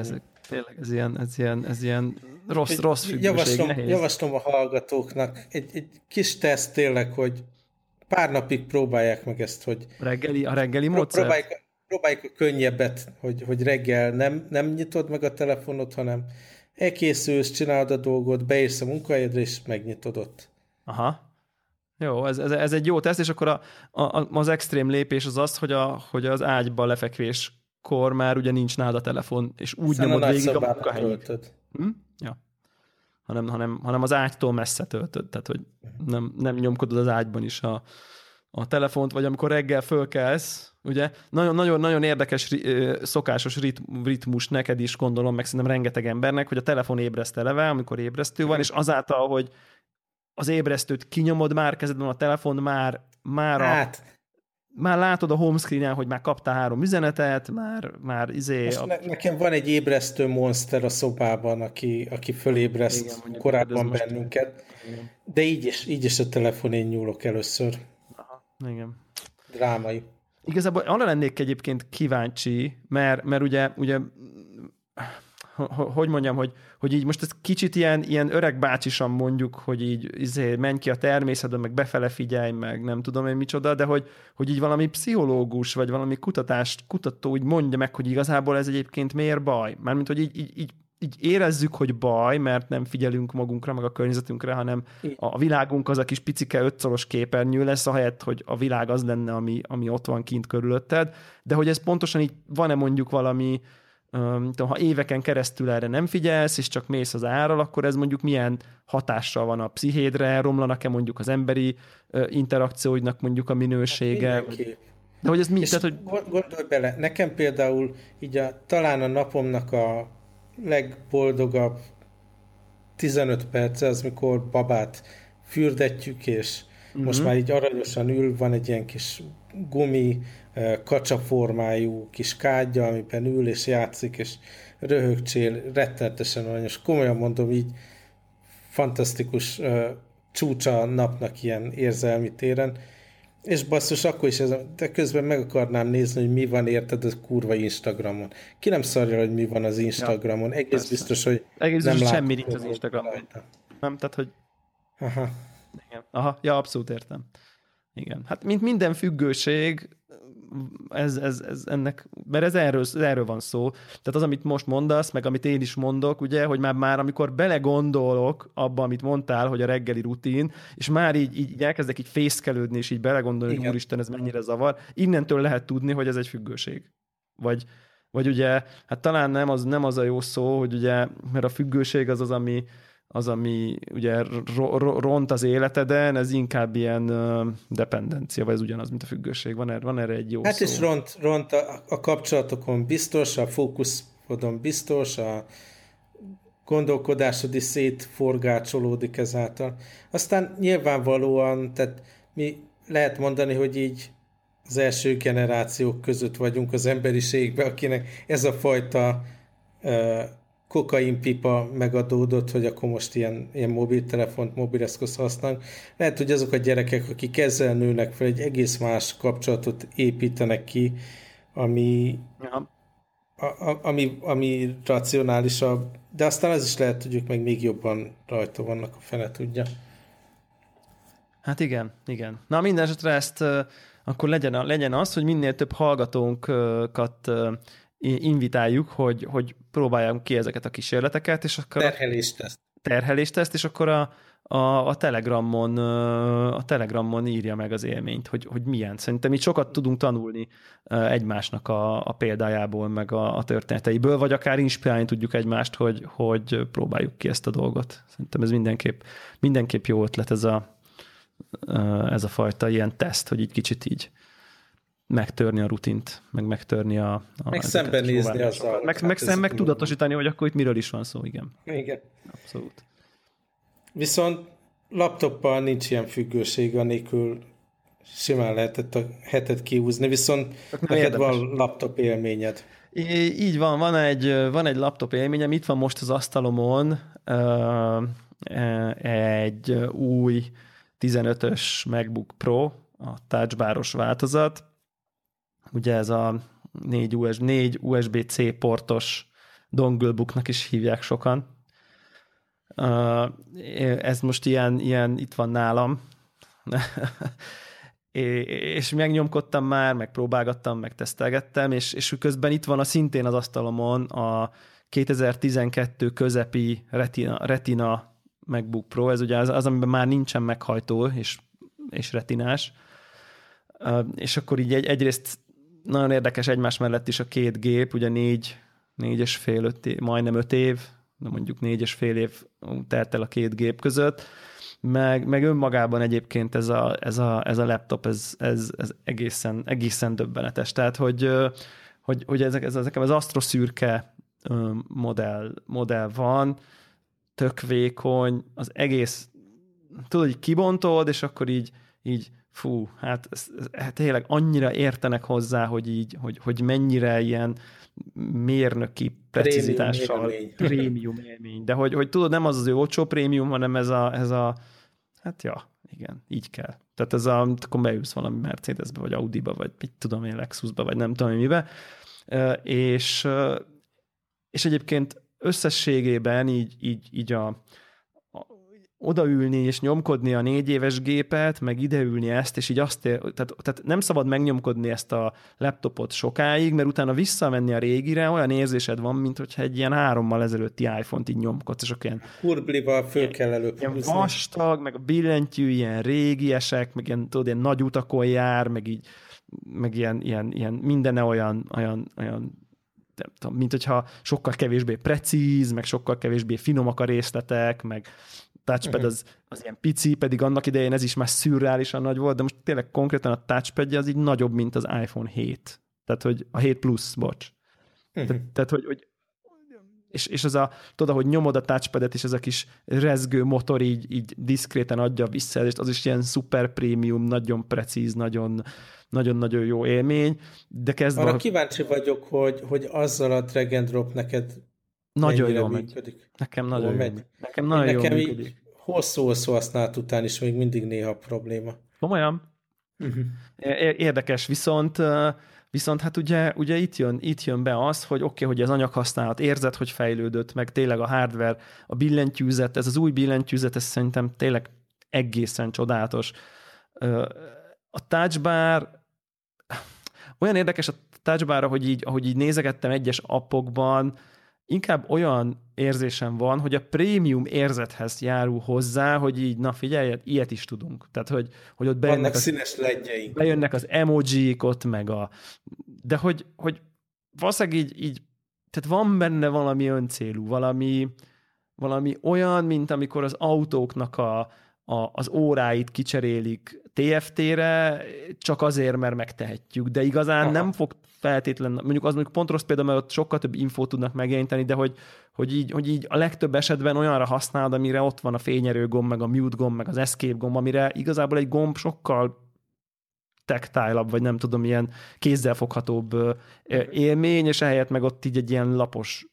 ez ilyen rossz függőség, javaslom a hallgatóknak egy kis teszt tényleg, hogy pár napig próbálják meg ezt, hogy a reggeli módszer? Próbáljuk a könnyebbet, hogy reggel nem nyitod meg a telefonot, hanem elkészülsz, csinálod a dolgot, beírsz a munkahelyedre, és megnyitod ott. Aha. Jó, ez egy jó teszt, és akkor az extrém lépés az, hogy az ágyba lefekvéskor már ugye nincs nálad a telefon, és úgy nyomod végig a munkahelyig. Ja. Hanem az ágytól messze töltöd, tehát hogy nem nyomkodod az ágyban is a telefont, vagy amikor reggel fölkelsz, ugye, nagyon érdekes szokásos ritmus neked is, gondolom, meg szerintem rengeteg embernek, hogy a telefon ébreszt eleve, amikor ébresztő van, és azáltal, hogy az ébresztőt kinyomod, már kezedben a telefon, már látod a homescreenen, hogy már kaptál 3 üzenetet, már Nekem van egy ébresztő monster a szobában, aki fölébreszt korábban bennünket, de így is a telefonén nyúlok először. Aha, igen. Drámai. Igazából arra lennék egyébként kíváncsi, mert ugye hogy mondjam, hogy így most ez kicsit ilyen öreg bácsisan mondjuk, hogy így menj ki a természetben, meg befele figyelj, meg nem tudom én micsoda, de hogy így valami pszichológus, vagy valami kutató úgy mondja meg, hogy igazából ez egyébként miért baj. Mármint, hogy így érezzük, hogy baj, mert nem figyelünk magunkra, meg a környezetünkre, hanem a világunk az a kis picike 5-szoros képernyő lesz, ahelyett, hogy a világ az lenne, ami ott van kint körülötted, de hogy ez pontosan így van-e mondjuk valami, ha éveken keresztül erre nem figyelsz, és csak mész az árral, akkor ez mondjuk milyen hatással van a pszichédre, romlanak-e mondjuk az emberi interakcióidnak mondjuk a minősége? De hogy ez mi? Tehát, hogy... Gondolj bele, nekem például így talán a napomnak a legboldogabb 15 perce az, mikor babát fürdetjük, és most már így aranyosan ül, van egy ilyen kis gumi, kacsaformájú kis kádja, amiben ül és játszik, és röhögcsél, rettenetesen aranyos. Komolyan mondom, így fantasztikus csúcsa a napnak ilyen érzelmi téren. És basszus, akkor is de közben meg akarnám nézni, hogy mi van érted a kurva Instagramon. Ki nem szarja, hogy mi van az Instagramon. Ja, egész biztos, hogy nem látom. Semmi nincs az Instagramon. Nem, tehát, hogy... Aha. Igen. Aha, ja, abszolút értem. Igen. Hát mint minden függőség, ez ennek, mert ez erről van szó. Tehát az, amit most mondasz, meg amit én is mondok, ugye, hogy már amikor belegondolok abba, amit mondtál, hogy a reggeli rutin, és már így elkezdek így fészkelődni, és így belegondolni, hogy úristen, ez mennyire zavar, innentől lehet tudni, hogy ez egy függőség. Vagy ugye, hát talán nem az a jó szó, hogy ugye, mert a függőség az, ami ugye ront az életeden, ez inkább ilyen dependencia, vagy ez ugyanaz, mint a függőség. Van erre egy jó hát szó. És ront a kapcsolatokon biztos, a gondolkodom biztos, a gondolkodásod is szétforgácsolódik ezáltal. Aztán nyilvánvalóan, tehát mi lehet mondani, hogy így az első generációk között vagyunk az emberiségben, akinek ez a fajta kokainpipa megadódott, hogy akkor most ilyen mobiltelefont, mobileszközt használnak. Lehet, hogy azok a gyerekek, akik ezzel nőnek fel, egy egész más kapcsolatot építenek ki, ami, Ja. ami racionálisabb, de aztán az is lehet, hogy ők meg még jobban rajta vannak, a fene tudja. Hát igen, igen. Na minden esetre ezt akkor legyen az, hogy minél több hallgatónkat invitáljuk, hogy próbáljunk ki ezeket a kísérleteket, és akkor terhelésteszt, és akkor a Telegramon írja meg az élményt, hogy milyen. Szerintem itt sokat tudunk tanulni egymásnak a példájából, meg a történeteiből, vagy akár inspirálni tudjuk egymást, hogy próbáljuk ki ezt a dolgot. Szerintem ez mindenképp jó ötlet, ez a fajta ilyen teszt, hogy így kicsit így megtörni a rutint, meg megtörni meg szembenézni azzal. Meg tudatosítani, hogy akkor itt miről is van szó, igen. Igen. Abszolút. Viszont laptoppal nincs ilyen függőség, anélkül simán lehetett a hetet kihúzni, viszont neked van laptop élményed. Így van, van egy laptop élményem, itt van most az asztalomon egy új 15-ös MacBook Pro, a touchbaros változat. Ugye ez a 4 USB-C portos donglebooknak is hívják sokan. Ez most ilyen itt van nálam, és megnyomkodtam már, meg próbálgattam, meg tesztelgettem, és közben itt van szintén az asztalomon a 2012 közepi Retina MacBook Pro, ez ugye az amiben már nincsen meghajtó és retinás, és akkor így egyrészt nagyon érdekes egymás mellett is a két gép, ugye 4,5 év, majdnem 5 év, de mondjuk 4,5 év telt el a két gép között, meg önmagában egyébként ez a laptop, ez egészen döbbenetes. Tehát, hogy ezek az asztroszürke modell van, tök vékony, az egész, tudod, hogy kibontod, és akkor így fú, hát tényleg annyira értenek hozzá, hogy mennyire ilyen mérnöki precizitással prémium élmény. De hogy tudod, nem az ő olcsó prémium, hanem ez a hát ja, igen, így kell. Tehát akkor beülsz valami Mercedesbe, vagy Audiba, vagy mit tudom én, Lexusba, vagy nem tudom mibe. És egyébként összességében így odaülni és nyomkodni a 4 éves gépet, meg ideülni ezt, és így tehát nem szabad megnyomkodni ezt a laptopot sokáig, mert utána visszamenni a régire, olyan érzésed van, mint hogyha egy ilyen 3-mal ezelőtti iPhone-t így nyomkodsz, és akkor ilyen kurblival föl kell előbb ilyen vastag, meg a billentyű, ilyen régiesek, meg ilyen, tudod, ilyen nagy utakon jár, meg ilyen mindene olyan nem tudom, mint hogyha sokkal kevésbé precíz, meg sokkal kevésbé finomak a részletek, meg touchpad az ilyen pici, pedig annak idején ez is már szürreálisan nagy volt, de most tényleg konkrétan a touchpadja az így nagyobb, mint az iPhone 7. Tehát, hogy a 7 Plus, bocs. Tehát, hogy és az tudod, hogy nyomod a touchpadet, és ez a kis rezgő motor így diszkréten adja vissza, és az is ilyen szuper prémium, nagyon precíz, nagyon-nagyon jó élmény, de kezdve... Arra kíváncsi vagyok, hogy azzal a drag and drop neked nagyon jól működik. Megy. Nekem nagyon jól működik. Hosszú használat után is még mindig néha probléma. Komolyan? Érdekes, viszont hát ugye itt jön be az, hogy oké, hogy az anyag-használat érzed, hogy fejlődött, meg tényleg a hardware, a billentyűzet, ez az új billentyűzet, ez szerintem tényleg egészen csodálatos. A touchbar, olyan érdekes a touchbarra, ahogy így nézegettem egyes appokban, inkább olyan érzésem van, hogy a prémium érzethez járul hozzá, hogy így, na figyelj, ilyet is tudunk. Tehát, hogy ott vannak színes ledjeink. Bejönnek az emojik ott, de hogy valószínűleg így, tehát van benne valami öncélú, valami olyan, mint amikor az autóknak az óráit kicserélik TFT-re, csak azért, mert megtehetjük, de igazán nem fog feltétlenül, mondjuk pont rossz példa, mert ott sokkal több infót tudnak megjeleníteni, de hogy így a legtöbb esetben olyanra használod, amire ott van a fényerő gomb, meg a mute gomb, meg az escape gomb, amire igazából egy gomb sokkal tactile-abb, vagy nem tudom, ilyen kézzelfoghatóbb élmény, és ehelyett meg ott így egy ilyen lapos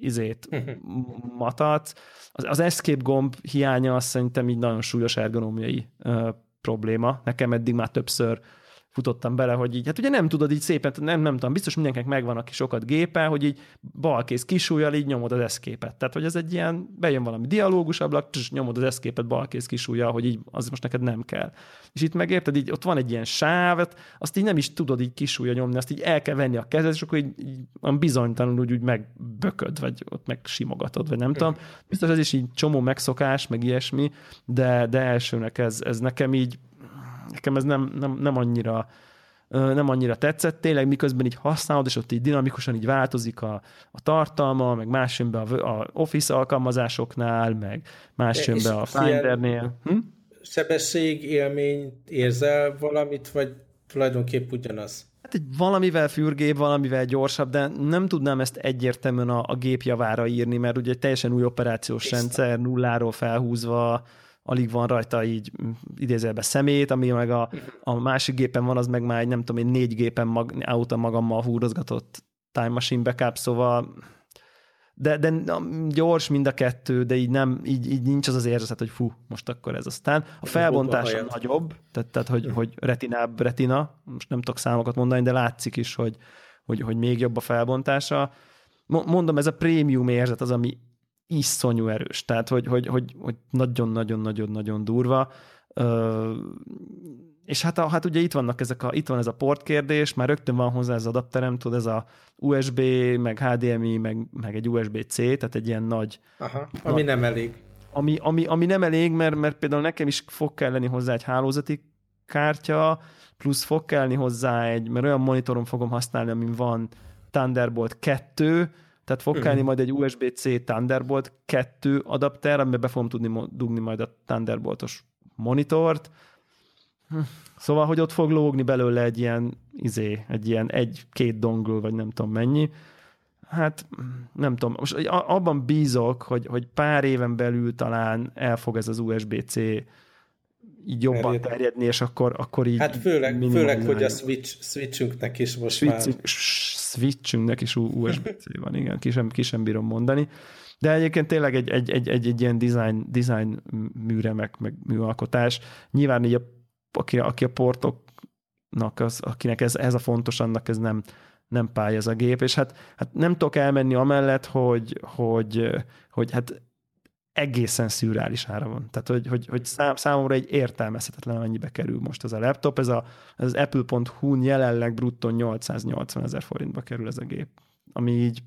matat. Az escape gomb hiánya azt szerintem így nagyon súlyos ergonómiai probléma. Nekem eddig már többször futottam bele, hogy így, hát ugye nem tudod így szépen, nem tudom, biztos mindenkinek megvan, aki sokat gépel, hogy így balkész kisúlyjal így nyomod az escape-et. Tehát, hogy ez egy ilyen, bejön valami dialógus ablak, nyomod az escape-et balkész kisúlyjal, hogy így az most neked nem kell. És itt megérted, így ott van egy ilyen sáv, azt így nem is tudod így kisúlyjal nyomni, azt így el kell venni a kezed, és akkor így bizonytalanul úgy megbököd, vagy ott megsimogatod, vagy nem tudom. Biztos ez is így csomó megszokás, meg ilyesmi, de elsőnek ez nekem így nekem ez nem annyira tetszett tényleg, miközben így használod, és ott így dinamikusan így változik a tartalma, meg más jön be a Office alkalmazásoknál, meg más jön be a Findernél. Sebesség, élmény, érzel valamit, vagy tulajdonképp ugyanaz? Hát egy valamivel fürgébb, valamivel gyorsabb, de nem tudnám ezt egyértelműen a gép javára írni, mert ugye egy teljesen új operációs rendszer, nulláról felhúzva, alig van rajta így idézőjelben szemét, ami meg a másik gépen van, az meg már egy nem tudom én 4 gépen magammal húrozgatott Time Machine backup, szóval de gyors mind a kettő, de így nem, így nincs az érzet, hogy fú, most akkor ez aztán. A felbontása nagyobb, tehát hogy retina, most nem tudok számokat mondani, de látszik is, hogy még jobb a felbontása. Mondom, ez a prémium érzet az, ami iszonyú erős, tehát hogy nagyon-nagyon-nagyon-nagyon durva. És hát ugye itt van ez a port kérdés, már rögtön van hozzá ez az adapterem, tudod, ez a USB, meg HDMI, meg egy USB-C, tehát egy ilyen nagy... Ami nem elég. Ami nem elég, mert például nekem is fog kelleni hozzá egy hálózati kártya, plusz fog kelleni hozzá mert olyan monitoron fogom használni, amin van Thunderbolt 2, tehát fog kelleni majd egy USB-C Thunderbolt 2 adapter, amiben be fogom tudni dugni majd a Thunderboltos monitort. Szóval, hogy ott fog lógni belőle egy ilyen 1-2 dongle, vagy nem tudom mennyi. Hát nem tudom. Most abban bízok, hogy pár éven belül talán el fog ez az USB-C így jobban terjedni, és akkor így... Hát főleg hogy a switchünknek is most már... Switchünknek is USB-C van, igen, ki sem bírom mondani. De egyébként tényleg egy ilyen design műre, meg műalkotás. Nyilván így aki a portoknak, akinek ez a fontos, annak ez nem pálya ez a gép, és hát nem tudok elmenni amellett, hogy hát egészen szürreális ára van. Tehát, hogy számomra egy értelmezhetetlen, mennyibe kerül most ez a laptop. Ez az Apple.hu-n jelenleg bruttó 880 000 forintba kerül ez a gép. Ami így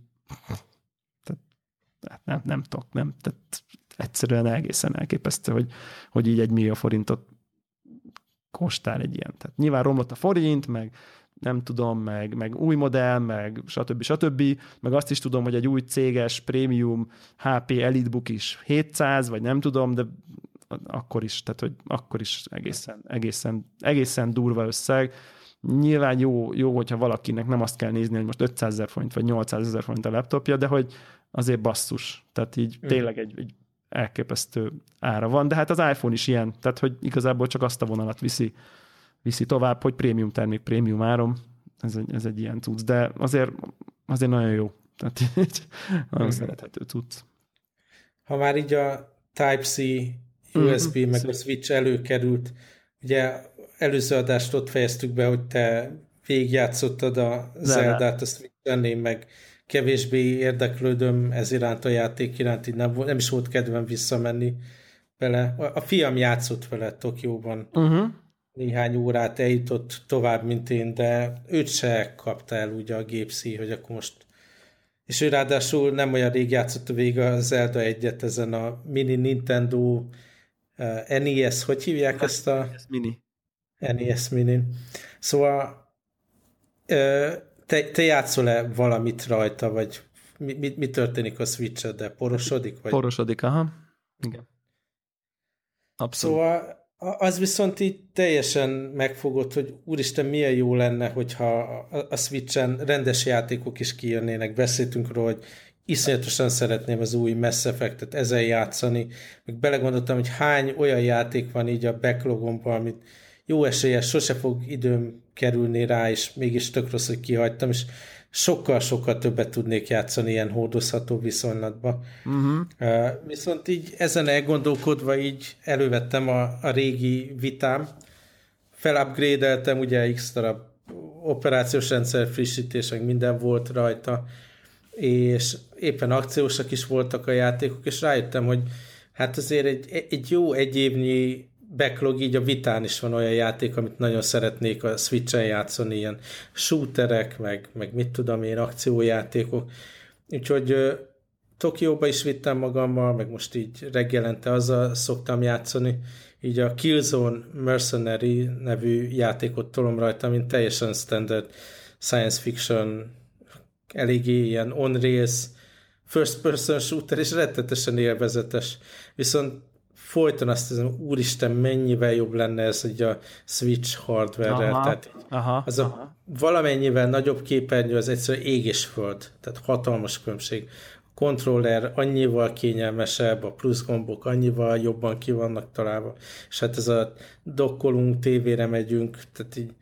nem tudok, tehát egyszerűen egészen elképesztő, hogy így 1 millió forintot kostál egy ilyen. Tehát nyilván romlott a forint, meg nem tudom, meg új modell, meg stb. Meg azt is tudom, hogy egy új céges prémium HP EliteBook is 700, vagy nem tudom, de akkor is, tehát hogy akkor is egészen durva összeg. Nyilván jó, hogyha valakinek nem azt kell nézni, hogy most 500 000 forint, vagy 800 000 forint a laptopja, de hogy azért basszus. Tehát így tényleg egy elképesztő ára van, de hát az iPhone is ilyen, tehát hogy igazából csak azt a vonalat viszi tovább, hogy prémium termék, prémium áron, ez egy ilyen cucc, de azért nagyon jó, tehát nagyon szerethető cucc. Ha már így a Type-C, USB, meg a Switch előkerült, ugye előző adást ott fejeztük be, hogy te végigjátszottad a Zeldát a Switch-en, én meg kevésbé érdeklődöm ez iránt, a játék iránt, így nem is volt kedvem visszamenni bele. A fiam játszott vele Tokióban. Néhány órát eljutott tovább, mint én, de őt se kapta el ugye a gépszi, hogy akkor most... És ő ráadásul nem olyan rég játszott végig a Zelda 1-et ezen a mini Nintendo NES, hogy hívják ezt a... NES Mini. Szóval te játszol-e valamit rajta, vagy mi történik a Switch-eddel? Porosodik? Vagy? Porosodik, aha. Igen. Abszolút. Szóval az viszont így teljesen megfogott, hogy úristen, milyen jó lenne, hogyha a Switchen rendes játékok is kijönnének. Beszéltünk róla, hogy iszonyatosan szeretném az új Mass Effect-et ezen játszani. Meg belegondoltam, hogy hány olyan játék van így a backlogomban, amit jó eséllyel sose fog időm kerülni rá, és mégis tök rossz, hogy kihagytam, és sokkal-sokkal többet tudnék játszani ilyen hordozható viszonylatban. Viszont így ezen elgondolkodva így elővettem a régi vitám, felupgrade-eltem, ugye x darab operációs rendszer frissítés, meg minden volt rajta, és éppen akciósak is voltak a játékok, és rájöttem, hogy hát azért egy jó egy évnyi backlog, így a vitán is van olyan játék, amit nagyon szeretnék a Switchen játszani, ilyen shooterek, meg mit tudom én, akciójátékok. Úgyhogy Tokióba is vittem magammal, meg most így reggelente azzal szoktam játszani. Így a Killzone Mercenary nevű játékot tolom rajta, mint teljesen standard science fiction, eléggé ilyen on-rails first person shooter, és rettetesen élvezetes. Viszont folyton azt hiszem, úristen, mennyivel jobb lenne ez így a Switch hardware-rel. Tehát valamennyivel nagyobb képernyő, az egyszerűen ég és föld. Tehát hatalmas különbség. A kontroller annyival kényelmesebb, a plusz gombok annyival jobban ki vannak találva. És hát ez a dokkolunk, tévére megyünk, tehát így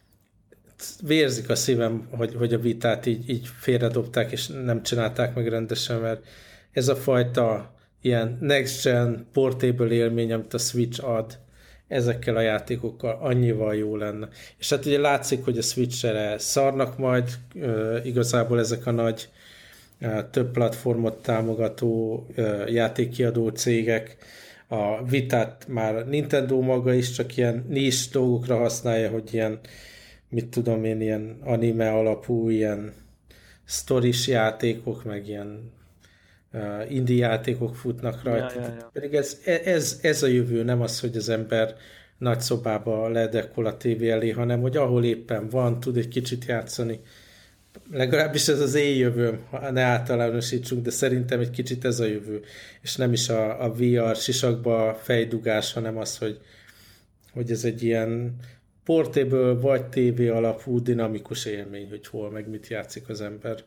vérzik a szívem, hogy a vitát így félredobták, és nem csinálták meg rendesen, mert ez a fajta ilyen next-gen portable élmény, amit a Switch ad, ezekkel a játékokkal annyival jó lenne. És hát ugye látszik, hogy a Switch-re szarnak majd igazából ezek a nagy több platformot támogató játékkiadó cégek. A vitát már Nintendo maga is csak ilyen niche dolgokra használja, hogy ilyen, mit tudom én, ilyen anime alapú, ilyen sztoris játékok, meg ilyen indie játékok futnak rajta. Ja. Pedig ez a jövő, nem az, hogy az ember nagy szobába ledekkol a tévé elé, hanem hogy ahol éppen van, tud egy kicsit játszani. Legalábbis ez az én jövőm, ne általánosítsunk, de szerintem egy kicsit ez a jövő. És nem is a VR sisakba fejdugás, hanem az, hogy ez egy ilyen portable vagy tévé alapú dinamikus élmény, hogy hol meg mit játszik az ember.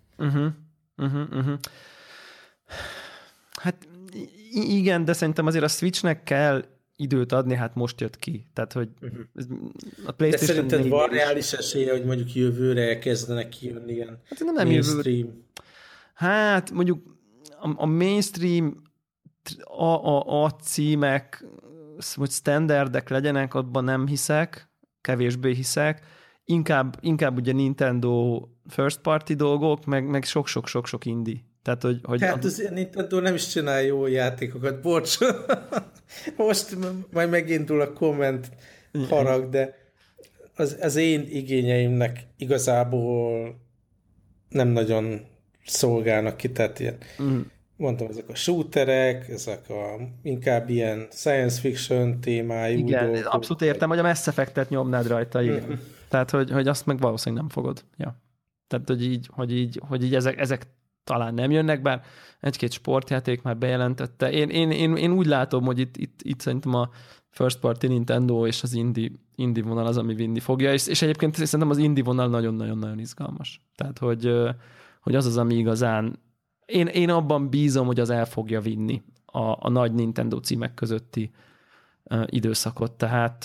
Hát igen, de szerintem azért a Switchnek kell időt adni, hát most jött ki. Tehát, hogy a PlayStation. De szerinted van reális esélye, hogy mondjuk jövőre elkezdenek kijönni ilyen nem mainstream? Jövő. Hát mondjuk a mainstream a címek, hogy standardek legyenek, abban nem hiszek, kevésbé hiszek. Inkább ugye Nintendo first party dolgok, meg sok-sok indie. Tehát, hogy hát az Nintendo nem is csinál jó játékokat, bocs. Most majd megindul a komment harag, de az én igényeimnek igazából nem nagyon szolgálnak ki, tehát ilyen, mondtam, ezek a shooterek, ezek inkább ilyen science fiction témájú igen, dolgok. Abszolút értem, hogy a Mass Effect-et nyomnád rajta, igen. Tehát, hogy azt meg valószínűleg nem fogod. Ja. Tehát, hogy így ezek talán nem jönnek, bár egy-két sportjáték már bejelentette. Én úgy látom, hogy itt szerintem a first party Nintendo és az indie vonal az, ami vinni fogja, és egyébként szerintem az indie vonal nagyon-nagyon-nagyon izgalmas. Tehát, hogy az, ami igazán én abban bízom, hogy az el fogja vinni a nagy Nintendo címek közötti időszakot. Tehát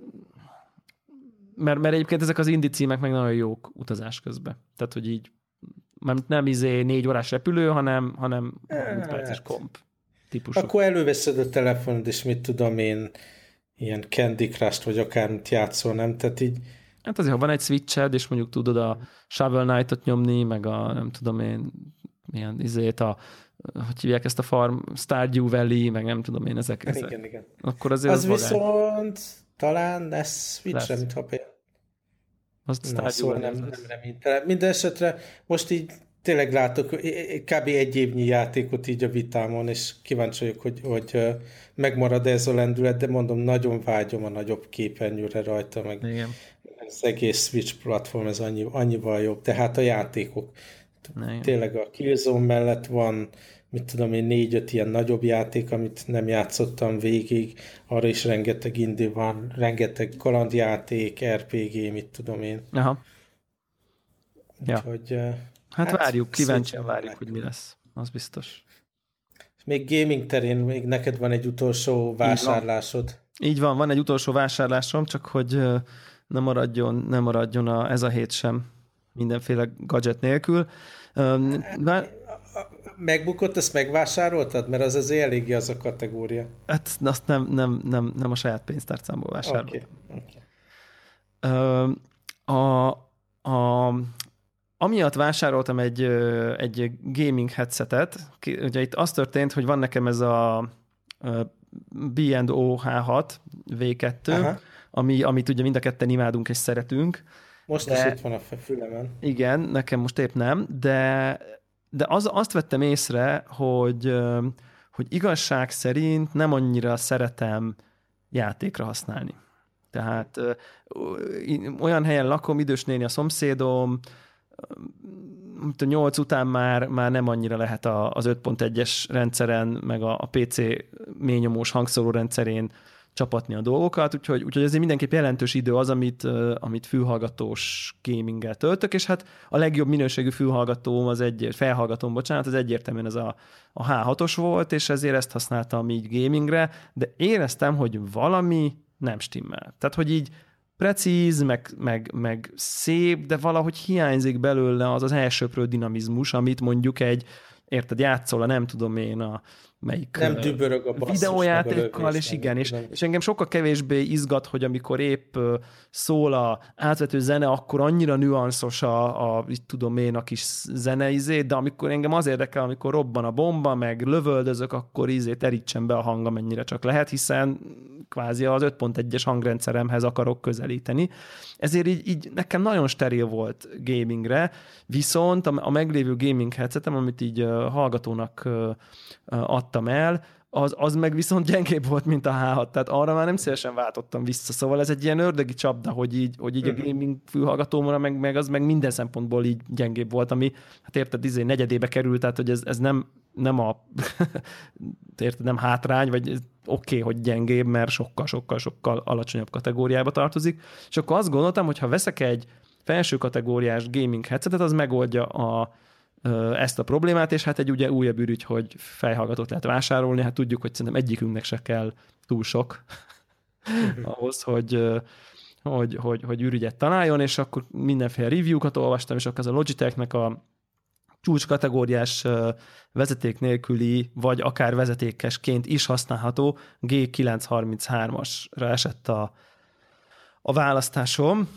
mert egyébként ezek az indie címek meg nagyon jók utazás közben. Tehát, hogy így nem 4 órás repülő, hanem 20 perces komp típusú. Akkor előveszed a telefonod, és mit tudom én, ilyen Candy Crush-t, vagy akármit játszol, nem? Tehát így... Hát azért, ha van egy Switch-ed, és mondjuk tudod a Shovel Knight-ot nyomni, meg a nem tudom én, milyen hogy hívják ezt a farm, Stardew Valley, meg nem tudom én, ezek. Igen. Akkor azért az viszont talán lesz Switch-re, mintha például. Szóval nem reménytelen. Minden esetre most így tényleg látok kb. Egy évnyi játékot így a vitámon, és kíváncsi vagyok, hogy megmarad ez a lendület, de mondom, nagyon vágyom a nagyobb képernyőre rajta, meg igen. Az egész Switch platform, ez annyival jobb, de hát a játékok. Tényleg a Killzone mellett van, mit tudom én, 4-5 ilyen nagyobb játék, amit nem játszottam végig, arra is rengeteg indie van, rengeteg kalandjáték, RPG, mit tudom én. Aha. Úgyhogy, hát várjuk, kíváncsian várjuk, hogy mi lesz. Az biztos. Még gaming terén még neked van egy utolsó vásárlásod. Így van egy utolsó vásárlásom, csak hogy ne maradjon ez a hét sem mindenféle gadget nélkül. MacBookot ezt megvásároltad? Mert az azért eléggé az a kategória. Hát azt nem a saját pénztárcámból vásároltam. Okay. Amiatt vásároltam egy gaming headsetet. Ugye itt az történt, hogy van nekem ez a B&O H6 V2, amit ugye mind a ketten imádunk és szeretünk. Most is itt van a fülemen. Igen, nekem most épp nem, de azt vettem észre, hogy igazság szerint nem annyira szeretem játékra használni. Tehát olyan helyen lakom, idős néni a szomszédom, 8 után már nem annyira lehet az 5.1-es rendszeren, meg a PC mélynyomós hangszóró rendszerén csapatni a dolgokat, úgyhogy ezért mindenképp jelentős idő az, amit fülhallgatós gaminggel töltök, és hát a legjobb minőségű fülhallgatóm felhallgatóm, az egyértelműen ez a H6-os volt, és ezért ezt használtam így gamingre, de éreztem, hogy valami nem stimmel. Tehát, hogy így precíz, meg szép, de valahogy hiányzik belőle az elsöprő dinamizmus, amit mondjuk érted, játszol nem tudom én melyik nem dübörög a basszus, videójátékkal, és igen, és engem sokkal kevésbé izgat, hogy amikor épp szól a átvető zene, akkor annyira nüanszos itt tudom én a kis zeneizé, de amikor engem az érdekel, amikor robban a bomba, meg lövöldözök, akkor terítsen be a hang, amennyire csak lehet, hiszen kvázi az 5.1-es hangrendszeremhez akarok közelíteni. Ezért így nekem nagyon steril volt gamingre, viszont a meglévő gaming headsetem, amit így hallgatónak adtam el, az meg viszont gyengébb volt, mint a H6, tehát arra már nem szívesen váltottam vissza, szóval ez egy ilyen ördögi csapda, hogy így a gaming fülhallgatómra meg minden szempontból így gyengébb volt, ami hát érted, negyedébe került, tehát hogy ez nem érted, nem hátrány, vagy oké, hogy gyengébb, mert sokkal alacsonyabb kategóriába tartozik, és akkor azt gondoltam, hogy ha veszek egy felső kategóriás gaming headsetet, az megoldja ezt a problémát, és hát egy ugye újabb ürügy, hogy fejhallgatót lehet vásárolni, hát tudjuk, hogy szerintem egyikünknek se kell túl sok ahhoz, hogy ürügyet találjon, és akkor mindenféle review-kat olvastam, és akkor ez a Logitechnek a csúcs kategóriás vezeték nélküli, vagy akár vezetékesként is használható G933-asra esett a választásom,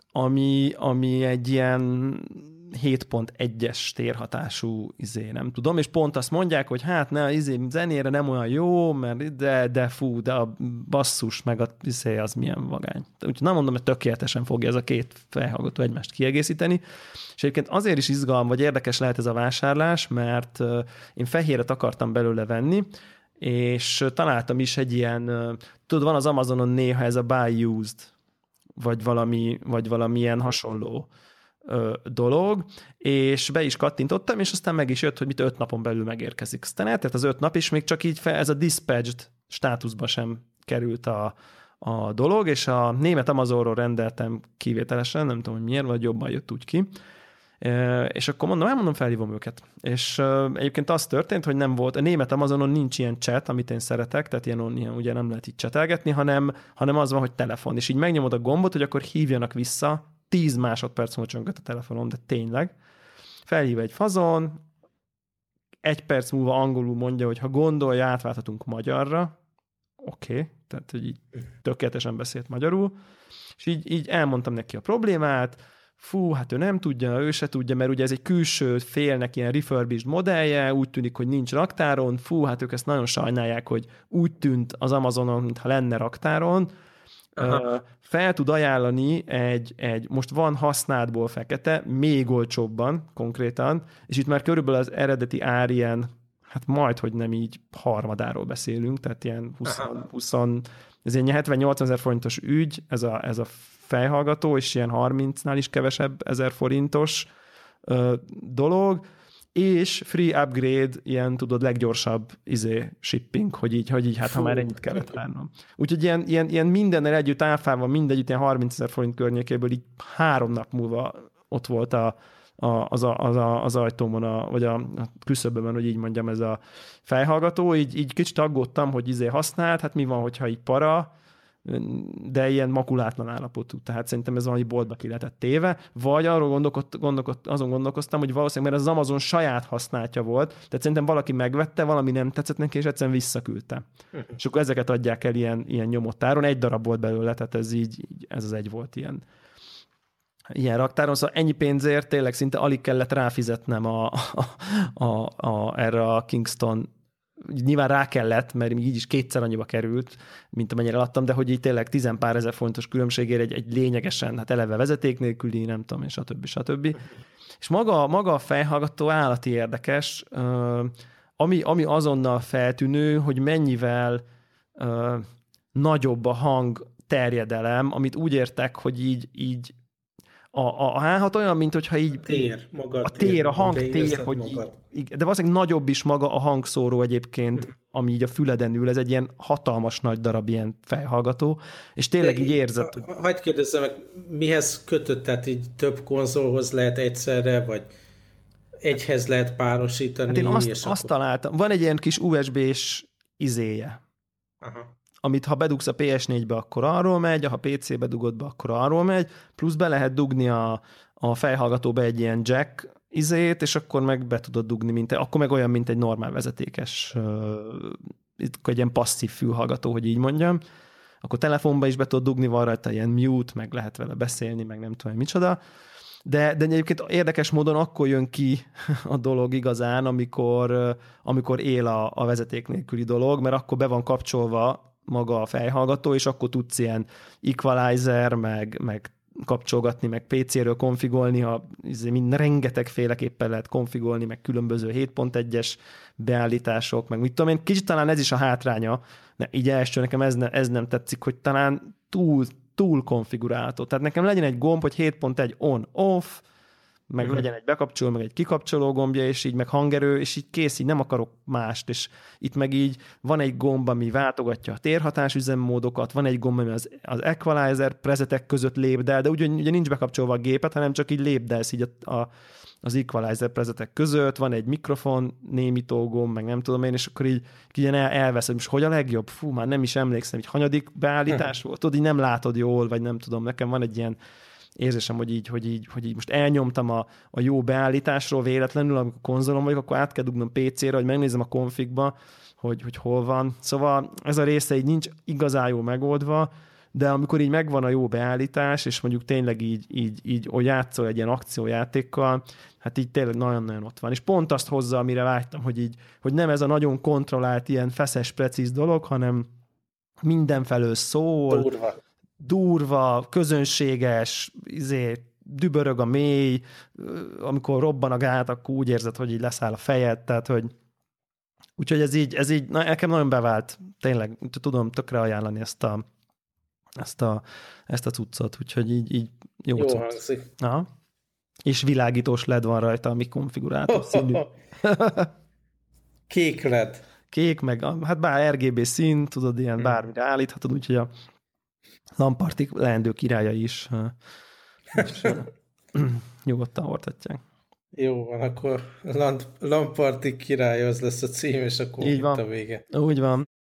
ami egy ilyen 7.1-es térhatású nem tudom, és pont azt mondják, hogy hát zenére nem olyan jó, mert de a basszus meg az milyen vagány. Úgyhogy nem mondom, hogy tökéletesen fogja ez a két felhallgató egymást kiegészíteni, és egyébként azért is vagy érdekes lehet ez a vásárlás, mert én fehéret akartam belőle venni, és találtam is egy ilyen, tudod, van az Amazonon néha ez a buy used, vagy valami ilyen hasonló dolog, és be is kattintottam, és aztán meg is jött, hogy 5 napon belül megérkezik. Aztán eltelt az 5 nap, és még csak így ez a dispatched státuszba sem került a dolog, és a német Amazonról rendeltem kivételesen, nem tudom, hogy miért, vagy jobban jött úgy ki, és akkor mondom, felhívom őket. És egyébként az történt, hogy nem volt, a német Amazonon nincs ilyen chat, amit én szeretek, tehát ilyen ugye nem lehet így csetelgetni, hanem az van, hogy telefon, és így megnyomod a gombot, hogy akkor hívjanak vissza, 10 másodperc múlva csönget a telefonom, de tényleg. Felhív egy fazon, 1 perc múlva angolul mondja, hogy ha gondolja, átválthatunk magyarra. Oké, tehát hogy így tökéletesen beszélt magyarul, és így elmondtam neki a problémát, hát ő nem tudja, ő se tudja, mert ugye ez egy külső félnek ilyen refurbished modellje, úgy tűnik, hogy nincs raktáron, hát ők ezt nagyon sajnálják, hogy úgy tűnt az Amazonon, mintha lenne raktáron. Fel tud ajánlani most van használtból fekete, még olcsóbban konkrétan, és itt már körülbelül az eredeti ár ilyen, hát majd, hogy nem így harmadáról beszélünk, tehát ilyen 20 ez ilyen 70-80 ezer forintos ügy, ez a fejhallgató, és ilyen 30-nál is kevesebb ezer forintos dolog, és free upgrade, ilyen tudod, leggyorsabb shipping, hogy így hát ha már ennyit kellett várnom. Úgyhogy ilyen mindennel együtt áfával, mindegyütt ilyen 30 000 forint környékéből így 3 nap múlva ott volt az ajtómon, vagy a küszöbömön, hogy így mondjam, ez a fejhallgató. Így kicsit aggódtam, hogy használt, hát mi van, hogyha így para, de ilyen makulátlan állapotú. Tehát szerintem ez valami boltba ki lehetett téve, vagy arról azon gondolkoztam, hogy valószínűleg, mert ez az Amazon saját használtja volt, tehát szerintem valaki megvette, valami nem tetszett neki, és egyszerűen visszaküldte. És akkor ezeket adják el ilyen nyomott áron, 1 darab volt belőle, tehát ez az egy volt ilyen raktáron, szóval ennyi pénzért tényleg szinte alig kellett ráfizetnem erre a Kingston. Nyilván rá kellett, mert így is 2-szer annyiba került, mint amennyire adtam, de hogy így tényleg 10 pár ezer fontos különbségért egy lényegesen, hát eleve vezeték nélküli, nem tudom, és stb. És maga a fejhallgató állati érdekes, ami azonnal feltűnő, hogy mennyivel nagyobb a hang terjedelem, amit úgy értek, hogy így a H6 olyan, mint hogyha így... A hangtér, hogy de valószínűleg nagyobb is maga a hangszóró egyébként, ami így a füleden ül, ez egy ilyen hatalmas nagy darab ilyen fejhallgató, és tényleg így érzed. Hadd kérdezzem meg, mihez kötött, tehát így több konzolhoz lehet egyszerre, vagy egyhez lehet párosítani? Hát én azt találtam. Van egy ilyen kis USB-s izéje. Aha. Amit ha bedugsz a PS4-be, akkor arról megy, ha PC-be dugod be, akkor arról megy, plusz be lehet dugni a fejhallgatóba egy ilyen jack izét, és akkor meg be tudod dugni, akkor meg olyan, mint egy normál vezetékes, egy ilyen passzív fülhallgató, hogy így mondjam. Akkor telefonba is be tudod dugni, van rajta ilyen mute, meg lehet vele beszélni, meg nem tudom, micsoda. De egyébként érdekes módon akkor jön ki a dolog igazán, amikor él a vezeték nélküli dolog, mert akkor be van kapcsolva maga a fejhallgató, és akkor tudsz ilyen equalizer, meg kapcsolgatni, meg PC-ről konfigolni, rengetegféleképpen lehet konfigolni, meg különböző 7.1-es beállítások, meg mit tudom én. Kicsit talán ez is a hátránya, de így első nekem ez nem tetszik, hogy talán túl konfigurálható. Tehát nekem legyen egy gomb, hogy 7.1 on-off, meg legyen egy bekapcsoló, meg egy kikapcsoló gombja, és így meg hangerő, és így kész, így nem akarok mást, és itt meg így van egy gomb, ami váltogatja a térhatás üzemmódokat, van egy gomb, ami az equalizer prezetek között lépdel, de ugye nincs bekapcsolva a gépet, hanem csak így lépdelsz így az equalizer prezetek között, van egy mikrofon, némító gomb, meg nem tudom én, és akkor így ilyen elveszem, és hogy a legjobb? Fú, már nem is emlékszem, hogy hanyadik beállítás volt, tudod, így nem látod jól, vagy nem tudom, nekem van egy ilyen érzésem, hogy így most elnyomtam a jó beállításról véletlenül, amikor konzolon vagyok, akkor át kell dugnom PC-re, hogy megnézem a configba, hogy hol van. Szóval ez a része így nincs igazán jól megoldva, de amikor így megvan a jó beállítás, és mondjuk tényleg így hogy játszol egy ilyen akciójátékkal, hát így tényleg nagyon-nagyon ott van. És pont azt hozza, amire vágytam, hogy nem ez a nagyon kontrollált, ilyen feszes, precíz dolog, hanem mindenfelől szól, durva, közönséges, dübörög a mély, amikor robban a gát, akkor úgy érzed, hogy így leszáll a fejed, tehát hogy úgyhogy ez így nekem nagyon bevált, tényleg, tudom tökre ajánlani ezt a cuccot, úgyhogy így jó cucc. Hangzik. Aha. És világítós LED van rajta, ami konfigurátor színű. Kék LED. Kék, meg hát bár RGB szín, tudod, ilyen bármire állíthatod, úgyhogy a lampartik leendő királya is nyugodtan hordhatják. Jó van, akkor lampartik király az lesz a cím, és akkor így van. A vége. Úgy van.